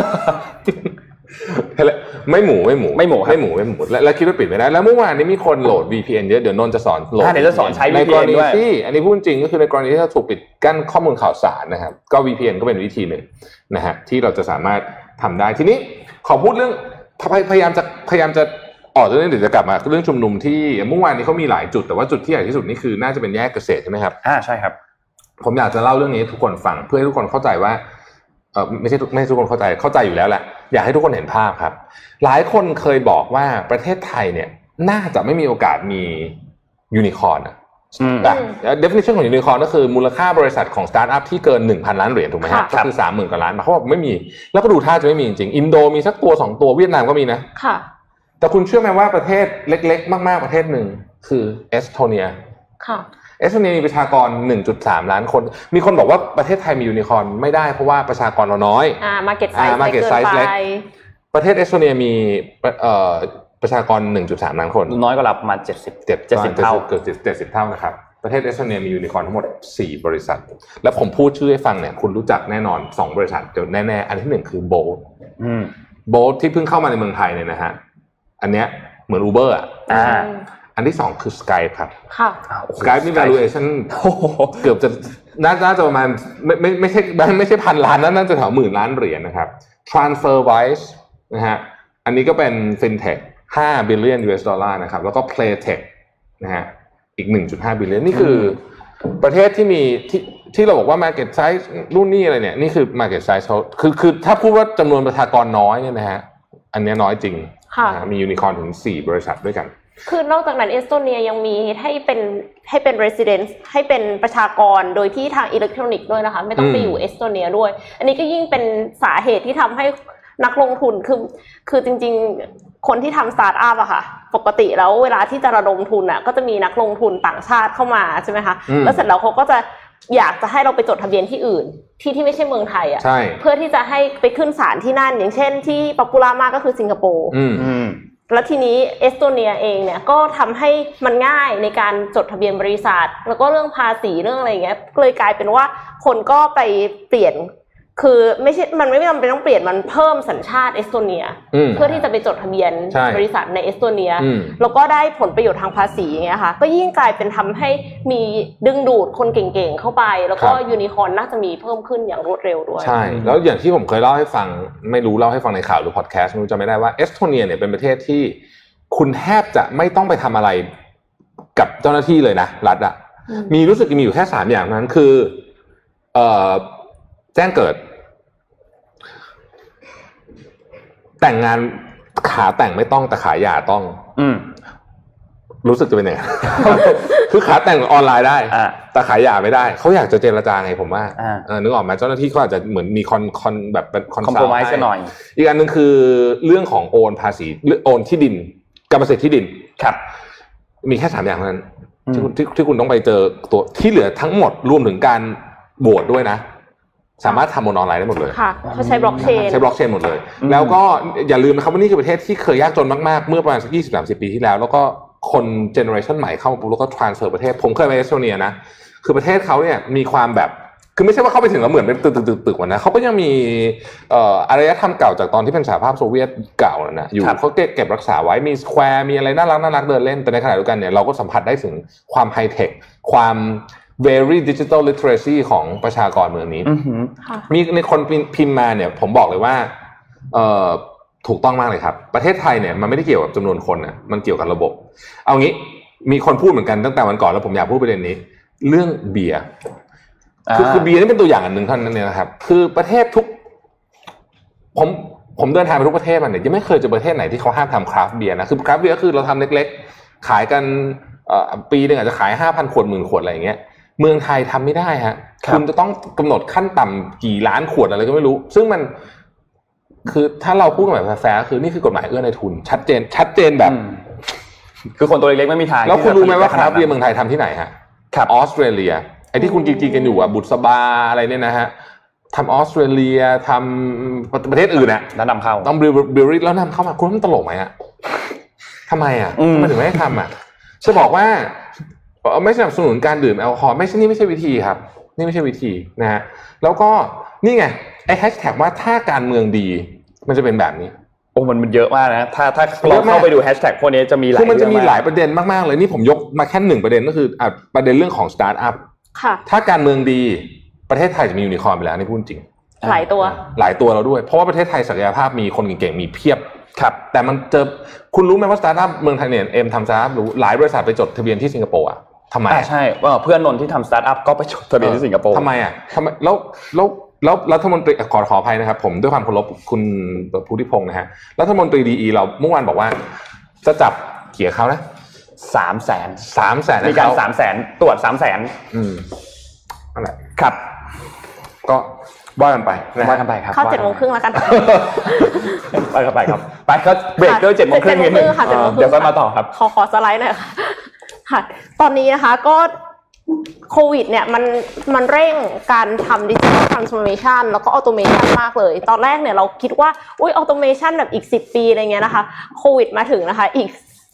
ไม่หมูและคิดว่าปิดไม่ได้แล้วเมื่อวานนี้มีคนโหลด VPN เยอะเดี๋ยวนนจะสอนโหลดเดี๋ยวจะสอนใช้ VPN ด้วยอันนี้พูดจริงก็คือในกรณีที่เราถูกปิดกั้นข้อมูลข่าวสารนะครับก็ VPN ก็เป็นวิธีหนึ่งนะฮะที่เราจะสามารถทำได้ทีนี้ขอพูดเรื่องพยายามจะเรื่องเดี๋ยวจะกลับมาเรื่องชุมนุมที่เมื่อวานนี้เขามีหลายจุดแต่ว่าจุดที่ใหญ่ที่สุดนี่คือน่าจะเป็นแยกเกษตรใช่ไหมครับใช่ครับผมอยากจะเล่าเรื่องนี้ให้ทุกคนฟังเพื่อให้ทุกคนเข้าใจว่าไม่ใช่ทุกคนเข้าใจอยู่แล้วแหละอยากให้ทุกคนเห็นภาพครับหลายคนเคยบอกว่าประเทศไทยเนี่ยน่าจะไม่มีโอกาสมียูนิคอร์นแต่ definition ของยูนิคอร์นก็คือมูลค่าบริษัทของสตาร์ทอัพที่เกิน 1,000 ล้านเหรียญถูกไหมครับก็คือ 30,000 กว่าล้านเขาบอกไม่มีแล้วก็ดูท่าจะไม่มีจริงอินโดมีสักตัว2ตัวเวียดนามก็มีนะค่ะแต่คุณเชื่อไหมว่าประเทศเล็กๆมากๆประเทศหนึ่งคือเอสโตเนียค่ะเอสโตเนียมีประชากร 1.3 ล้านคนมีคนบอกว่าประเทศไทยมียูนิคอร์นไม่ได้เพราะว่าประชากรเราน้อย market size เล็กประเทศเอสโตเนียมีประชากร 1.3 ล้านคนน้อยกว่าเราประมาณ70เท่าเกือบ70เท่านะครับประเทศเอสโตเนียมียูนิคอร์นทั้งหมด4บริษัทแล้วผมพูดชื่อให้ฟังเนี่ยคุณรู้จักแน่นอน2บริษัทเดี๋ยวแน่ๆอันที่1คือโบลที่เพิ่งเข้ามาในเมืองไทยเนี่ยนะฮะอันเนี้ยเหมือน Uber อันที่2คือ Skype ครับค่ะ Skype นี่ valuation เกือบจะน่าจะประมาณไม่ใช่พันล้านน่าจะแถวหมื่นล้านเหรียญนะครับ TransferWise นะฮะอันนี้ก็เป็น FinTech 5 billion US ดอลลาร์นะครับแล้วก็ Playtech นะฮะอีก 1.5 billion นี่คือประเทศที่มีที่เราบอกว่า market size รุ่นนี้อะไรเนี่ยนี่คือ market size เขาคือถ้าพูดว่าจำนวนประชากรน้อยเนี่ยนะฮะอันนี้น้อยจริงมียูนิคอร์นถึง4บริษัทด้วยกันคือนอกจากนั้นเอสโตเนียยังมีให้เป็น residence ให้เป็นประชากรโดยที่ทางอิเล็กทรอนิกส์ด้วยนะคะไม่ต้องไปอยู่เอสโตเนียด้วยอันนี้ก็ยิ่งเป็นสาเหตุที่ทำให้นักลงทุนคือจริงๆคนที่ทำสตาร์ทอัพอะค่ะปกติแล้วเวลาที่จะระดมทุนอะก็จะมีนักลงทุนต่างชาติเข้ามาใช่ไหมคะแล้วเสร็จแล้วเขาก็จะอยากจะให้เราไปจดทะเบียนที่อื่นที่ไม่ใช่เมืองไทยอะเพื่อที่จะให้ไปขึ้นศาลที่นั่นอย่างเช่นที่ป๊อปปูล่ามากก็คือสิงคโปร์แล้วทีนี้เอสโตเนียเองเนี่ยก็ทำให้มันง่ายในการจดทะเบียนบริษัทแล้วก็เรื่องภาษีเรื่องอะไรอย่างเงี้ยเลยกลายเป็นว่าคนก็ไปเปลี่ยนคือไม่ใช่มันไม่จำเป็นต้องเปลี่ยนมันเพิ่มสัญชาติเอสโตเนียเพื่อที่จะไปจดทะเบียนบริษัทในเอสโตเนียแล้วก็ได้ผลประโยชน์ทางภาษีอย่างเงี้ยค่ะก็ยิ่งกลายเป็นทำให้มีดึงดูดคนเก่งๆเข้าไปแล้วก็ยูนิคอร์นน่าจะมีเพิ่มขึ้นอย่างรวดเร็วด้วยใช่แล้วอย่างที่ผมเคยเล่าให้ฟังไม่รู้เล่าให้ฟังในข่าวหรือพอดแคสต์ไม่รู้จำไม่ได้ว่าเอสโตเนียเนี่ยเป็นประเทศที่คุณแทบจะไม่ต้องไปทำอะไรกับเจ้าหน้าที่เลยนะรัฐรู้สึกมีอยู่แค่3อย่างนั้นคือแจ้งเกิดแต่งงานขาแต่งไม่ต้องแต่ขาหย่าต้องรู้สึกจะเป็นยังไง คือขาแต่งออนไลน์ได้แต่ขาหย่าไม่ได้เขาอยากจะเจรจาไงผมว่านึกออกไหมเจ้าหน้าที่เขาอาจจะเหมือนมีคอนแบบเป็นคอนซัลท์ให้หน่อยอีกอันนึงคือเรื่องของโอนภาษีโอนที่ดินกรรมสิทธิ์ที่ดินครับมีแค่3อย่างเท่านั้นที่คุณต้องไปเจอตัวที่เหลือทั้งหมดรวมถึงการโหวตด้วยนะสามารถทำบนออนไลน์ได้หมดเลยค่ะเขาใช้บล็อกเชนหมดเลยแล้วก็อย่าลืมนะครับว่านี่คือประเทศที่เคยยากจนมากๆเมื่อประมาณสัก 20-30 ปีที่แล้วแล้วก็คนเจเนอเรชันใหม่เข้ามาปุ๊บแล้วก็ทรานสเฟอร์ประเทศผมเคยไปเอสโตเนียนะคือประเทศเขาเนี่ยมีความแบบคือไม่ใช่ว่าเข้าไปถึงแล้วเหมือนเป็นตึกๆนะเขาก็ยังมีอารยธรรมเก่าจากตอนที่เป็นสหภาพโซเวียตเก่านะอยู่เขาเก็บรักษาไว้มีสแควร์มีอะไรน่ารักเดินเล่นแต่ในขณะเดียวกันเนี่ยเราก็สัมผัสได้ถึงความไฮเทคความ very digital literacy ของประชากรเมืองนี้มีในคนพิมพ์มาเนี่ยผมบอกเลยว่าถูกต้องมากเลยครับประเทศไทยเนี่ยมันไม่ได้เกี่ยวกับจำนวนคนนะมันเกี่ยวกับระบบเอางี้มีคนพูดเหมือนกันตั้งแต่วันก่อนแล้วผมอยากพูดประเด็นนี้เรื่องเบียร์คือเบียร์นี่เป็นตัวอย่างอันหนึ่งเท่านั้นเนี่ยนะครับคือประเทศทุกผมเดินทางไปทุกประเทศมันเนี่ยยังไม่เคยเจอประเทศไหนที่เขาห้ามทำคราฟต์เบียร์นะคือคราฟต์เบียร์คือเราทำเล็กๆขายกันปีนึงอาจจะขาย 5,000 ขวด 10,000 ขวดอะไรอย่างเงี้ยเมืองไทยทำไม่ได้ฮะคุณจะต้องกำหนดขั้นต่ำกี่ล้านขวดอะไรก็ไม่รู้ซึ่งมันคือถ้าเราพูดแบบแฟร์คือนี่คือกฎหมายเอื้อในทุนชัดเจนแบบคือคนตัวเล็กๆไม่มีทางแล้วคุณรู้ไหมว่าคราฟต์เบียร์เมืองไทยทำที่ไหนฮะออสเตรเลียไอ้ที่คุณกินกันอยู่บุษบาอะไรเนี่ยนะฮะทำออสเตรเลียทำประเทศอื่นน่ะแล้วนำเข้าต้องบริวแล้วนำเข้ามาคุณมันตลกไหมอ่ะทำไมอ่ะทำไมถึงไม่ให้ทำอ่ะจะบอกว่าไม่สนับสนุนการดื่มแอลกอฮอล์นี่ไม่ใช่วิธีครับนี่ไม่ใช่วิธีนะฮะแล้วก็นี่ไงไอ้แฮชแท็กว่าถ้าการเมืองดีมันจะเป็นแบบนี้โอ้มันเยอะมากนะถ้าเราเข้าไปดูแฮชแท็กพวกนี้จะมีหลายคือมันจะมีหลายประเด็นมากๆเลยนี่ผมยกมาแค่1ประเด็นก็คือประเด็นเรื่องของสตาร์ทอัพถ้าการเมืองดีประเทศไทยจะมียูนิคอร์นไปแล้วนี่พูดจริงหลายตัวแล้วด้วยเพราะว่าประเทศไทยศักยภาพมีคนเก่งๆมีเพียบครับแต่มันเจอคุณรู้ไหมว่าสตาร์ทอัพเมืองไทยเนี่ยทำสตาร์ทอัพรู้หลายบริษัทไปจดทะเบียนที่สิงคโปร์อ่ะทำไมใช่เพื่อนนนท์ที่ทำสตาร์ทอัพก็ไปจดทะเบียนที่สิงคโปร์ทำไมอ่ะทำไมแล้วรัฐมนตรีขออภัยนะครับผมด้วยความเคารพคุณภูธิพงษ์นะฮะรัฐมนตรีดีเราเมื่อวานบอกว่าจะจับเกี่ยเขานะ 300,000มีการ300,000ตรวจ300,000 นั่นแหละครับก็ว่ากันไปครับเข้า 7:30 แล้วกันไปครับไปก็เบรกด้วย 7:30 นิดนึงเดี๋ยวก็มาต่อครับขอสไลด์หน่อยค่ะตอนนี้นะคะก็โควิดเนี่ยมันเร่งการทำ digital transformation แล้วก็ automation มากเลยตอนแรกเนี่ยเราคิดว่าautomation แบบอีก10 ปีอะไรเงี้ยนะคะโควิดมาถึงนะคะอีก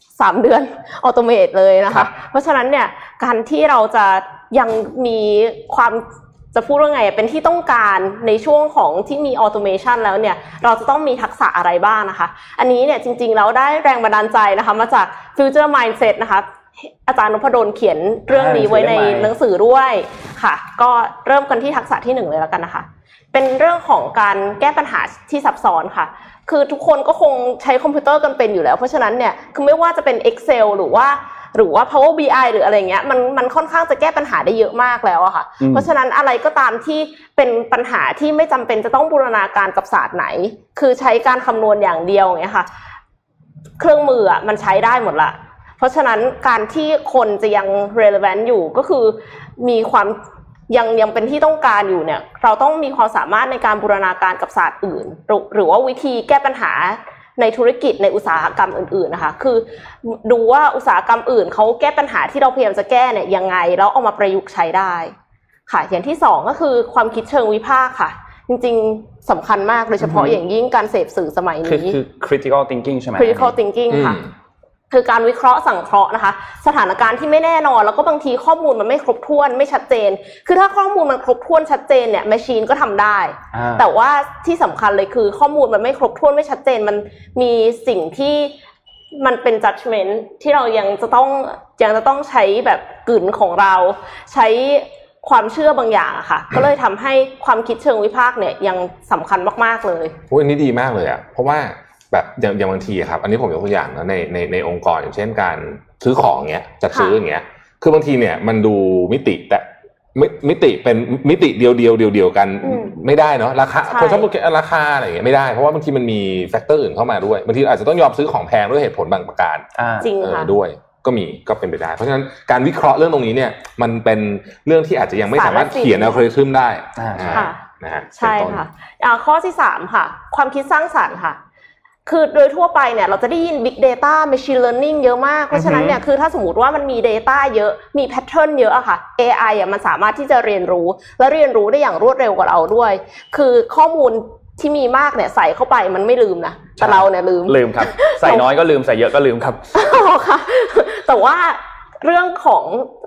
3 เดือน automate เลยนะคะเพราะฉะนั้นเนี่ยการที่เราจะยังมีความจะพูดว่าไงเป็นที่ต้องการในช่วงของที่มี automation แล้วเนี่ยเราจะต้องมีทักษะอะไรบ้างนะคะอันนี้เนี่ยจริงๆแล้วได้แรงบันดาลใจนะคะมาจาก Future Mindset นะคะอาจารย์นพดลเขียนเรื่องนี้ไว้ในหนังสือด้วยค่ะก็เริ่มกันที่ทักษะที่1เลยแล้วกันนะคะเป็นเรื่องของการแก้ปัญหาที่ซับซ้อนค่ะคือทุกคนก็คงใช้คอมพิวเตอร์กันเป็นอยู่แล้วเพราะฉะนั้นเนี่ยคือไม่ว่าจะเป็น Excel หรือว่า Power BI หรืออะไรเงี้ยมันค่อนข้างจะแก้ปัญหาได้เยอะมากแล้วอะค่ะเพราะฉะนั้นอะไรก็ตามที่เป็นปัญหาที่ไม่จำเป็นจะต้องบูรณาการกับศาสตร์ไหนคือใช้การคำนวณอย่างเดียวอย่างเงี้ยค่ะเครื่องมืออะมันใช้ได้หมดละเพราะฉะนั้นการที่คนจะยัง relevant อยู่ก็คือมีความยังเป็นที่ต้องการอยู่เนี่ยเราต้องมีความสามารถในการบูรณาการกับศาสตร์อื่นหรือว่าวิธีแก้ปัญหาในธุรกิจในอุตสาหกรรมอื่นๆนะคะคือดูว่าอุตสาหกรรมอื่นเขาแก้ปัญหาที่เราพยายามจะแก้เนี่ยยังไงแล้วเอามาประยุกต์ใช้ได้ค่ะอย่างที่2ก็คือความคิดเชิงวิพากษ์ค่ะจริงๆสำคัญมากโดยเฉพาะอย่างยิ่งการเสพสื่อสมัยนี้คือ critical thinking ใช่ไหม critical thinking ค่ะคือการวิเคราะห์สังเคราะห์นะคะสถานการณ์ที่ไม่แน่นอนแล้วก็บางทีข้อมูลมันไม่ครบถ้วนไม่ชัดเจนคือถ้าข้อมูลมันครบถ้วนชัดเจนเนี่ยแมชชีนก็ทำได้แต่ว่าที่สำคัญเลยคือข้อมูลมันไม่ครบถ้วนไม่ชัดเจนมันมีสิ่งที่มันเป็น judgment ที่เรายังจะต้องใช้แบบกลืนของเราใช้ความเชื่อบางอย่างอะค่ะก็เลยทำให้ความคิดเชิงวิพากษ์เนี่ยยังสำคัญมากๆเลยโอ้ยอันนี้ดีมากเลยอะเพราะว่าแบบอย่างบางทีครับอันนี้ผมยกตัวอย่างนะในองค์กรอย่างเช่นการซื้อของเงี้ยจัดซื้ออย่างเงี้ยคือบางทีเนี่ยมันดูมิติแต่มิติเป็นมิติเดียวกันไม่ได้เนาะราคาคนชอบพูดราคาอะไรอย่างเงี้ยไม่ได้เพราะว่าบางทีมันมีแฟกเตอร์อื่นเข้ามาด้วยบางทีอาจจะต้องยอมซื้อของแพงด้วยเหตุผลบางประการจริงค่ะด้วยก็เป็นไปได้เพราะฉะนั้นการวิเคราะห์เรื่องตรงนี้เนี่ยมันเป็นเรื่องที่อาจจะยังไม่สามารถเขียนอัลกอริทึมได้นะฮะใช่ค่ะข้อที่3ค่ะความคิดสร้างสรรค์ค่ะคือโดยทั่วไปเนี่ยเราจะได้ยิน Big Data Machine Learning เยอะมากเพราะฉะนั้นเนี่ยคือถ้าสมมุติว่ามันมี Data เยอะมี Pattern เยอะอะค่ะ AI อ่ะมันสามารถที่จะเรียนรู้และเรียนรู้ได้อย่างรวดเร็วกว่าเราด้วยคือข้อมูลที่มีมากเนี่ยใส่เข้าไปมันไม่ลืมนะแต่เราเนี่ยลืมครับใส่น้อยก็ลืมใส่เยอะก็ลืมครับค่ะแต่ว่าเรื่องของ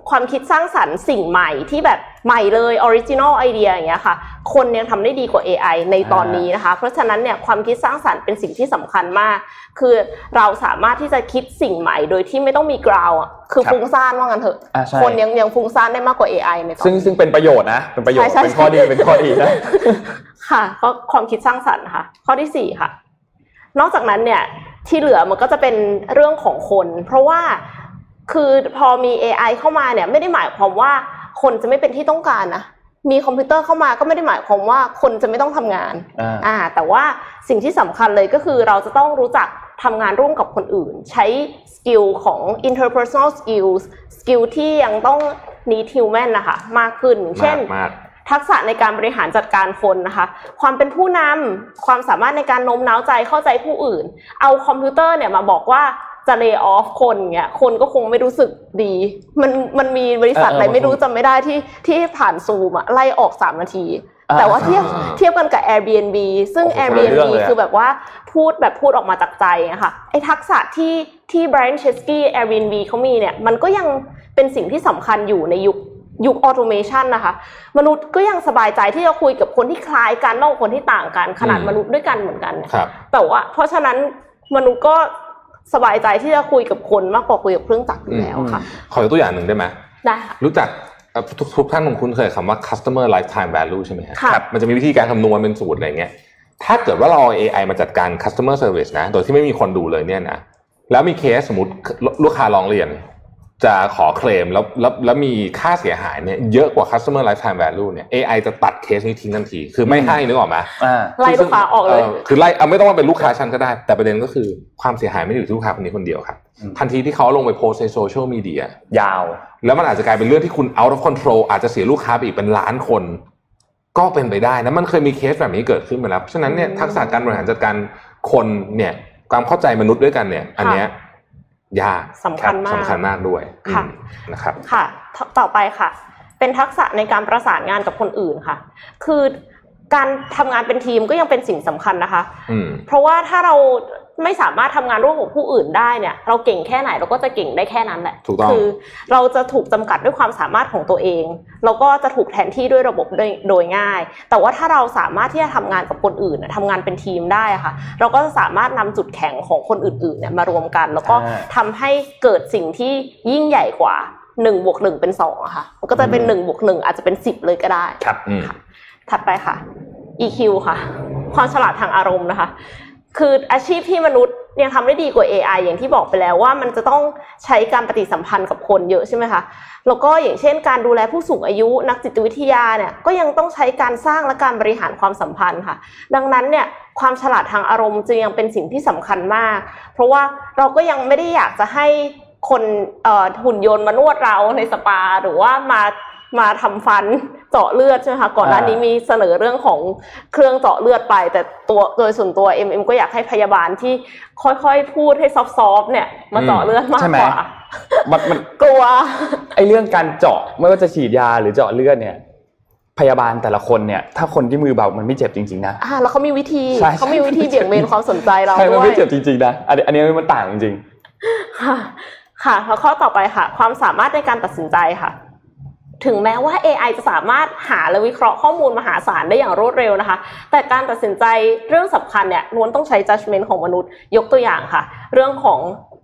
ความคิดสร้างสรรค์สิ่งใหม่ที่แบบใหม่เลยออริจินอลไอเดียอย่างเงี้ยค่ะคนยังทำได้ดีกว่า AI ในตอนนี้นะคะเพราะฉะนั้นเนี่ยความคิดสร้างสรรค์เป็นสิ่งที่สำคัญมากคือเราสามารถที่จะคิดสิ่งใหม่โดยที่ไม่ต้องมีกราวอ่ะคือฟุ้งซ่านว่างั้นเถอะคนยังฟุ้งซ่านได้มากกว่า AI ในตอนนี้ซึ่งเป็นประโยชน์นะเป็นประโยชน์เป็นข้อดีนะค่ะก็ความคิดสร้างสรรค์ค่ะข้อที่4ค่ะนอกจากนั้นเนี่ยที่เหลือมันก็จะเป็นเรื่องของคนเพราะว่าคือพอมี AI เข้ามาเนี่ยไม่ได้หมายความว่าคนจะไม่เป็นที่ต้องการนะมีคอมพิวเตอร์เข้ามาก็ไม่ได้หมายความว่าคนจะไม่ต้องทำงานแต่ว่าสิ่งที่สำคัญเลยก็คือเราจะต้องรู้จักทำงานร่วมกับคนอื่นใช้สกิลของ interpersonal skills สกิลที่ยังต้อง need human นะคะมากขึ้นเช่นทักษะในการบริหารจัดการคนนะคะความเป็นผู้นำความสามารถในการโน้มน้าวใจเข้าใจผู้อื่นเอาคอมพิวเตอร์เนี่ยมาบอกว่าจะ lay off คนเงี้ยคนก็คงไม่รู้สึกดีมันมีบริษัทอะไรไม่รู้จำไม่ได้ที่ผ่านซูมอะไล่ออก3นาทีแต่ว่าเทียบกันกับ Airbnb ซึ่ง Airbnb คือแบบว่าพูดออกมาจากใจนะคะไอ้ทักษะที่ Brian Chesky Airbnb เขามีเนี่ยมันก็ยังเป็นสิ่งที่สำคัญอยู่ในยุคออโตเมชันนะคะมนุษย์ก็ยังสบายใจที่จะคุยกับคนที่คล้ายกันนอกคนที่ต่างกันขนาดมนุษย์ด้วยกันเหมือนกันแต่ว่าเพราะฉะนั้นมนุษย์ก็สบายใจที่จะคุยกับคนมากกว่าคุยกับเครื่องจักรอยู่แล้วค่ะขอยกตัวอย่างหนึ่งได้ไหมได้ค่ะรู้จักทุกท่านคงคุ้นเคยคำว่า customer lifetime value ใช่ไหมครับมันจะมีวิธีการคำนวณเป็นสูตรอะไรเงี้ยถ้าเกิดว่าเราเอา AI มาจัดการ customer service นะโดยที่ไม่มีคนดูเลยเนี่ยนะแล้วมีเคสสมมติลูกค้าร้องเรียนจะขอเคลมแล้วมีค่าเสียหายเนี่ยเยอะกว่า customer lifetime value เนี่ย AI จะตัดเคสนี้ทิ้งทันทีคือไม่ให้นึกออกไหมไล่ลูกค้าออกเลยคือไล่ไม่ต้องมาเป็นลูกค้าฉันก็ได้แต่ประเด็นก็คือความเสียหายไม่ได้อยู่ที่ลูกค้าคนนี้คนเดียวครับทันทีที่เขาลงไปโพสในโซเชียลมีเดียยาวแล้วมันอาจจะกลายเป็นเรื่องที่คุณ out of control อาจจะเสียลูกค้าไปอีกเป็นล้านคนก็เป็นไปได้นะมันเคยมีเคสแบบนี้เกิดขึ้นมาแล้วเพราะฉะนั้นเนี่ยทักษะการบริหารจัดการคนเนี่ยความเข้าใจมนุษย์ด้วยกันเนี่ยอันเนี้ยยากสำคัญมากด้วยนะครับค่ะต่อไปค่ะเป็นทักษะในการประสานงานกับคนอื่นค่ะคือการทำงานเป็นทีมก็ยังเป็นสิ่งสำคัญนะคะเพราะว่าถ้าเราไม่สามารถทำงานร่วมกับผู้อื่นได้เนี่ยเราเก่งแค่ไหนเราก็จะเก่งได้แค่นั้นแหละคือเราจะถูกจำกัดด้วยความสามารถของตัวเองเราก็จะถูกแทนที่ด้วยระบบโดยง่ายแต่ว่าถ้าเราสามารถที่จะทำงานกับคนอื่นทำงานเป็นทีมได้ค่ะเราก็จะสามารถนำจุดแข็งของคนอื่นๆเนี่ยมารวมกันแล้วก็ทำให้เกิดสิ่งที่ยิ่งใหญ่กว่า1+1เป็น2อะค่ะมันก็จะเป็น1+1อาจจะเป็น10เลยก็ได้ครับถัดไปค่ะ EQ ค่ะความฉลาดทางอารมณ์นะคะคืออาชีพที่มนุษย์ยังทำได้ดีกว่า AI อย่างที่บอกไปแล้วว่ามันจะต้องใช้การปฏิสัมพันธ์กับคนเยอะใช่ไหมคะแล้วก็อย่างเช่นการดูแลผู้สูงอายุนักจิตวิทยาเนี่ยก็ยังต้องใช้การสร้างและการบริหารความสัมพันธ์ค่ะดังนั้นเนี่ยความฉลาดทางอารมณ์จึงยังเป็นสิ่งที่สำคัญมากเพราะว่าเราก็ยังไม่ได้อยากจะให้คนหุ่นยนต์มานวดเราในสปาหรือว่ามาทำฟันเจาะเลือดใช่ไหมคะก่อนหน้านี้มีเสนอเรื่องของเครื่องเจาะเลือดไปแต่โดยส่วนตัวเอ็มก็อยากให้พยาบาลที่ค่อยๆพูดให้ซอฟๆเนี่ยมาเจาะเลือดมากกว่ามันกลัวไอ้เรื่องการเจาะไม่ว่าจะฉีดยาหรือเจาะเลือดเนี่ยพยาบาลแต่ละคนเนี่ยถ้าคนที่มือเบามันไม่เจ็บจริงๆนะแล้วเขามีวิธีเบี่ยงเบนความสนใจเราด้วยมันไม่เจ็บจริงๆนะอันนี้มันต่างจริงๆค่ะแล้วข้อต่อไปค่ะความสามารถในการตัดสินใจค่ะถึงแม้ว่า AI จะสามารถหาและวิเคราะห์ข้อมูลมหาศาลได้อย่างรวดเร็วนะคะแต่การตัดสินใจเรื่องสำคัญเนี่ยล้วนต้องใช้ judgment ของมนุษย์ยกตัวอย่างค่ะเรื่องของ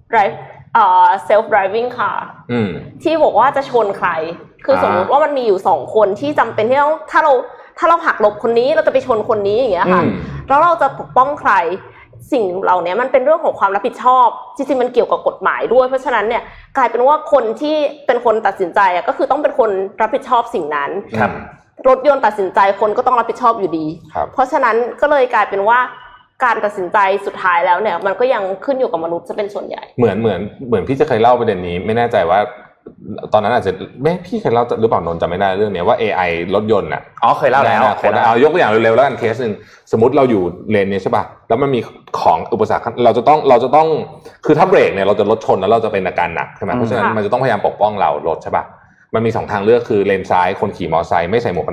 self driving car ที่บอกว่าจะชนใครคือสมมติว่ามันมีอยู่2คนที่จำเป็นที่ต้องถ้าเราหักหลบคนนี้เราจะไปชนคนนี้อย่างเงี้ยค่ะแล้วเราจะปกป้องใครสิ่งเหล่านี้มันเป็นเรื่องของความรับผิดชอบจริงๆมันเกี่ยวกับกฎหมายด้วยเพราะฉะนั้นเนี่ยกลายเป็นว่าคนที่เป็นคนตัดสินใจก็คือต้องเป็นคนรับผิดชอบสิ่งนั้นรถยนต์ตัดสินใจคนก็ต้องรับผิดชอบอยู่ดีเพราะฉะนั้นก็เลยกลายเป็นว่าการตัดสินใจสุดท้ายแล้วเนี่ยมันก็ยังขึ้นอยู่กับมนุษย์จะเป็นส่วนใหญ่เหมือนพี่จะเคยเล่าประเด็นนี้ไม่แน่ใจว่าตอนนั้นอาจจะพี่เคยเล่าหรือเปล่านนท์จำไม่ได้เรื่องนี้ว่า AI รถยนต์เคยเล่าแล้วเอายกตัวอย่างเร็วๆแล้วกันเคสนึงสมมุติเราอยู่เลนนี้ใช่ป่ะแล้วมันมีของอุปสรรคเราจะต้องคือถ้าเบรกเนี่ยเราจะรถชนแล้วเราจะเป็นอาการหนักใช่ไหมเพราะฉะนั้นมันจะต้องพยายามปกป้องเรารถใช่ป่ะมันมี2ทางเลือกคือเลนซ้ายคนขี่มอเตอร์ไซค์ไม่ใส่หมวกกันน็อก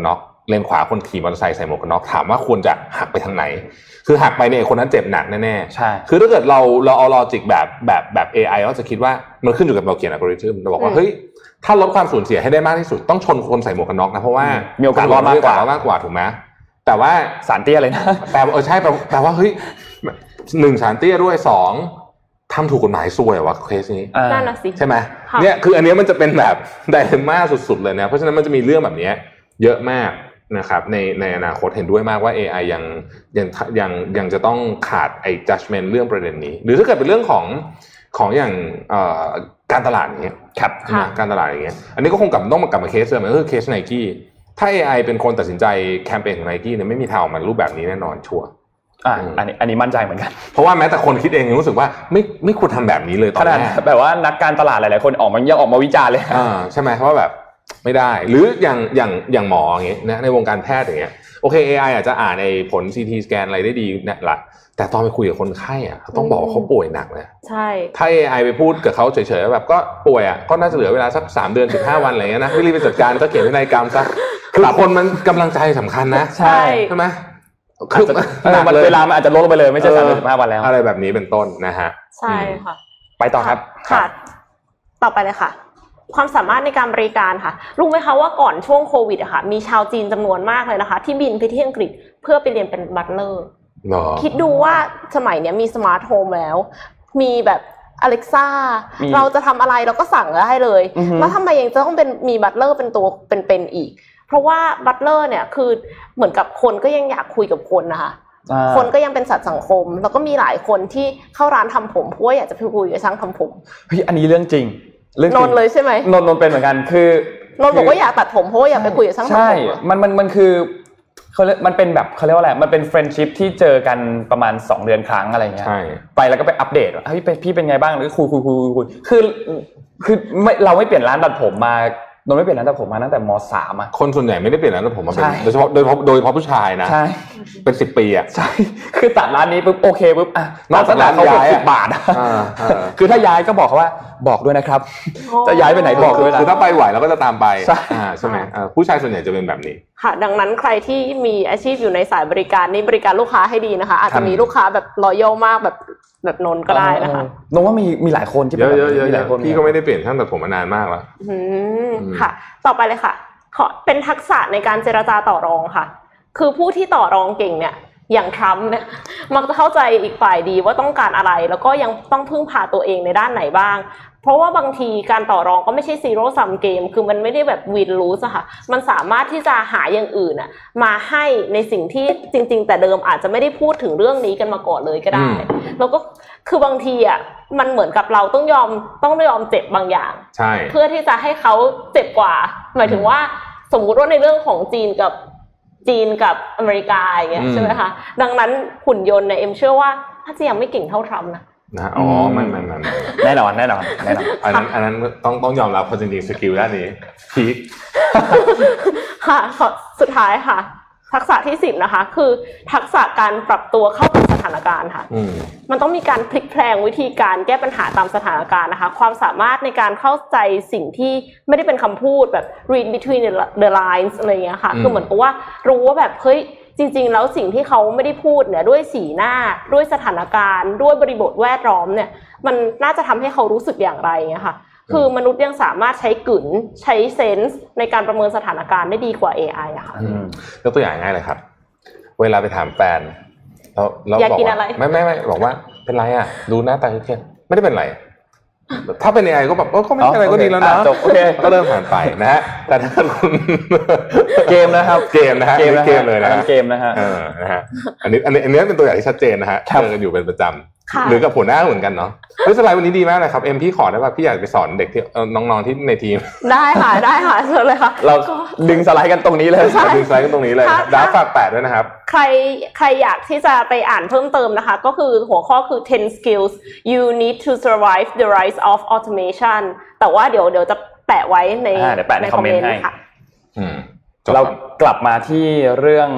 เลนขวาคนขี่มอเตอร์ไซค์ใส่หมวกกันน็อกถามว่าควรจะหักไปทางไหนคือหักไปเนี่ยคนนั้นเจ็บหนักแน่ๆใช่คือถ้าเกิดเราเอาลอจิกแบบ AI ก็จะคิดว่ามันขึ้นอยู่กับเราเขียนอัลกอริทึมเราบอกว่าเฮ้ยถ้าลดความสูญเสียให้ได้มากที่สุดต้องชนคนใส่หมวกกันน็อกนะเพราะว่ามีโอกาสรอดมากกว่าถูกไหมแต่ว่าสารเตี้ยเลยนะแต่ใช่แปลว่าเฮ้ย1สารเตี้ยด้วย2ทำถูกกฎหมายซวยวะเคสนี้นั่นน่ะสิใช่ไหมเนี่ยคืออันนี้มันจะเป็นแบบไดเลม่าสุดๆเลยนะเพราะฉะนั้นมันจะมีเรื่องแบบนี้เยอะมากนะครับในอนาคตเห็นด้วยมากว่า AI ยังจะต้องขาดไอ้ judgment เรื่องประเด็นนี้หรือถ้าเกิดเป็นเรื่องของอย่างการตลาดอย่างเงี้ยครับการตลาดอย่างเงี้ยอันนี้ก็คงต้องกลับมาเคสเดิมก็คือเคส Nike ถ้า AI เป็นคนตัดสินใจแคมเปญของ Nike เนี่ยไม่มีทางออกมารูปแบบนี้แน่นอนชัวร์อันนี้มั่นใจเหมือนกันเพราะว่าแม้แต่คนคิดเองยังรู้สึกว่าไม่ควรทำแบบนี้เลยตอนแรกแบบว่านักการตลาดหลายๆคนยังออกมาวิจารณ์เลยใช่ไหมเพราะว่าแบบไม่ได้หรืออย่างหมออย่างเงี้ยนะในวงการแพทย์อย่างเงี้ยโอเค AI อาจจะอ่านในผล CT สแกนอะไรได้ดีเนี่ยแหละแต่ตอนไปคุยกับคนไข้อ่ะเขาต้องบอกว่าเขาป่วยหนักเลยใช่ถ้า AI ไปพูดกับเขาเฉยๆแบบก็ป่วยอ่ะก็น่าจะเหลือเวลาสัก3เดือน15วันอะไรเงี้ยนะไม่รีบไปจัดการก็เขียนพินัยกรรมซะคือคนมันกำลังใจสำคัญนะใช่ไหมคือเวลามันอาจจะลดลงไปเลยไม่ใช่35วันแล้วอะไรแบบนี้เป็นต้นนะฮะใช่ค่ะไปต่อครับค่ะต่อไปเลยค่ะความสามารถในการบริการค่ะรู้ไหมคะว่าก่อนช่วงโควิดอะค่ะมีชาวจีนจำนวนมากเลยนะคะที่บินไปที่อังกฤษเพื่อไปเรียนเป็นบัตเลอร์คิดดูว่าสมัยนี้มีสมาร์ทโฮมแล้วมีแบบ Alexa เราจะทำอะไรเราก็สั่งได้เลยแล้วทำไมยังจะต้องมีบัตเลอร์เป็นตัวเป็นอีกเพราะว่าบัตเลอร์เนี่ยคือเหมือนกับคนก็ยังอยากคุยกับคนนะคะคนก็ยังเป็นสัตว์สังคมแล้วก็มีหลายคนที่เข้าร้านทำผมเพราะว่าอยากจะไปคุยกับช่างทำผมเฮ้ยอันนี้เรื่องจริงนนเลยใช่ไหมนนเป็นเหมือนกันคือนนบอกว่าอยากตัดผมเพราะว่าอยากไปคุยกับช่างทำผมใช่มันคือมันเป็นแบบเขาเรียกว่าอะไรมันเป็นเฟรนด์ชิพที่เจอกันประมาณ2เดือนครั้งอะไรเงี้ยไปแล้วก็ไปอัปเดตเฮ้ยพี่เป็นไงบ้างหรือคุยคือเราไม่เปลี่ยนร้านตัดผมมานนไม่เปลี่ยนร้านตัดผมมาตั้งแต่ม.3 อ่ะคนส่วนใหญ่ไม่ได้เปลี่ยนร้านตัดผมมาเป็นโดยเฉพาะผู้ชายนะใช่เป็น10 ปีอ่ะใช่คือตัดร้านนี้ปุ๊บโอเคปุ๊บอ่ะนอกจากร้านย้าย 10 บาทคือถ้าย้ายก็บอกเขาว่าบอกด้วยนะครับจะย้ายไปไหนบอกด้วยนะคือถ้าไปไหวเราก็จะตามไปใช่ไหมผู้ชายส่วนใหญ่จะเป็นแบบนี้ค่ะดังนั้นใครที่มีอาชีพอยู่ในสายบริการนี่บริการลูกค้าให้ดีนะคะอาจจะมีลูกค้าแบบรอยัลมากแบบนนก็ได้นะคะนนว่ามีหลายคนที่เป็นแบบมีหลายคนพี่ก็ไม่ได้เปลี่ยนช่างตัดผมมานานมากแล้วค่ะต่อไปเลยค่ะเป็นทักษะในการเจรจาต่อรองค่ะคือผู้ที่ต่อรองเก่งเนี่ยอย่างทรัมป์เนี่ยมักจะเข้าใจอีกฝ่ายดีว่าต้องการอะไรแล้วก็ยังต้องพึ่งพาตัวเองในด้านไหนบ้างเพราะว่าบางทีการต่อรองก็ไม่ใช่ซีโร่ซัมเกมคือมันไม่ได้แบบวินลูสอะค่ะมันสามารถที่จะหาอย่างอื่นอะมาให้ในสิ่งที่จริงๆแต่เดิมอาจจะไม่ได้พูดถึงเรื่องนี้กันมาก่อนเลยก็ได้แล้วก็คือบางทีอะมันเหมือนกับเราต้องยอมเจ็บบางอย่างใช่เพื่อที่จะให้เขาเจ็บกว่าหมายถึงว่าสมมุติว่าในเรื่องของจีนกับอเมริกาอย่างเงี้ยใช่ไหมคะดังนั้นหุ่นยนต์เนี่ยเอ็มเชื่อว่าถ้าจะยังไม่เก่งเท่าทรัมป์นะอ๋อไม่แน่นอนอันนั้นต้องยอมรับเพราะจริงๆสกิลด้านนี้พีคค่ะสุดท้ายค่ะทักษะที่10นะคะคือทักษะการปรับตัวเข้ากับสถานการณ์ค่ะมันต้องมีการพลิกแพลงวิธีการแก้ปัญหาตามสถานการณ์นะคะความสามารถในการเข้าใจสิ่งที่ไม่ได้เป็นคำพูดแบบ read between the lines อะไรอย่างเงี้ยค่ะคือเหมือนกับว่ารู้ว่าแบบเฮ้ยจริงๆแล้วสิ่งที่เขาไม่ได้พูดเนี่ยด้วยสีหน้าด้วยสถานการณ์ด้วยบริบทแวดล้อมเนี่ยมันน่าจะทำให้เขารู้สึกอย่างไรเงี้ยค่ะคือมนุษย์ยังสามารถใช้กึ๋นใช้เซนส์ในการประเมินสถานการณ์ได้ดีกว่า AI อะค่ะยกตัวอย่างง่ายเลยครับเวลาไปถามแฟนแล้วบอกว่าไม่บอกว่าเป็นไรอ่ะดูหน้าตาเครียดไม่ได้เป็นไรถ้าเป็น AI ก็แบบก็ไม่เป็นไรก็ดีแล้วนะโอเคก็เริ่มผ่านไปนะฮะแต่ถ้าคุณเกมนะครับเกมนะฮะเกมเลยนะเกมนะฮะนะฮะอันนี้เป็นตัวอย่างที่ชัดเจนนะฮะเจอกันอยู่เป็นประจำหรือกับหัวหน้าเหมือนกันเนาะสไลด์วันนี้ดีมากเลยครับเอ็มพี่ขอได้ป่ะพี่อยากไปสอนเด็กที่น้องๆที่ในทีมได้ค่ะเชิญเลยค่ะเราดึงสไลด์กันตรงนี้เลยดึงสไลด์กันตรงนี้เลยดาฝาก8ด้วยนะครับใครอยากที่จะไปอ่านเพิ่มเติมนะคะก็คือหัวข้อคือ10 skills you need to survive the rise of automation แต่ว่าเดี๋ยวจะแปะไว้ในคอมเมนต์ให้ค่ะเรากลับมาที่เรื่อง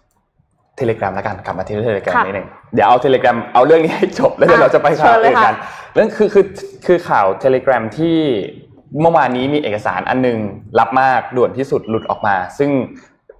Telegram แล้วกันกลับมาที่ Telegram นิดนึงเดี๋ยวเอา Telegram เอาเรื่องนี้ให้จบแล้วเดี๋ยวเราจะไปข่าวอื่นกันเรื่องคือข่าว Telegram ที่เมื่อวานนี้มีเอกสารอันนึงลับมากด่วนที่สุดหลุดออกมาซึ่ง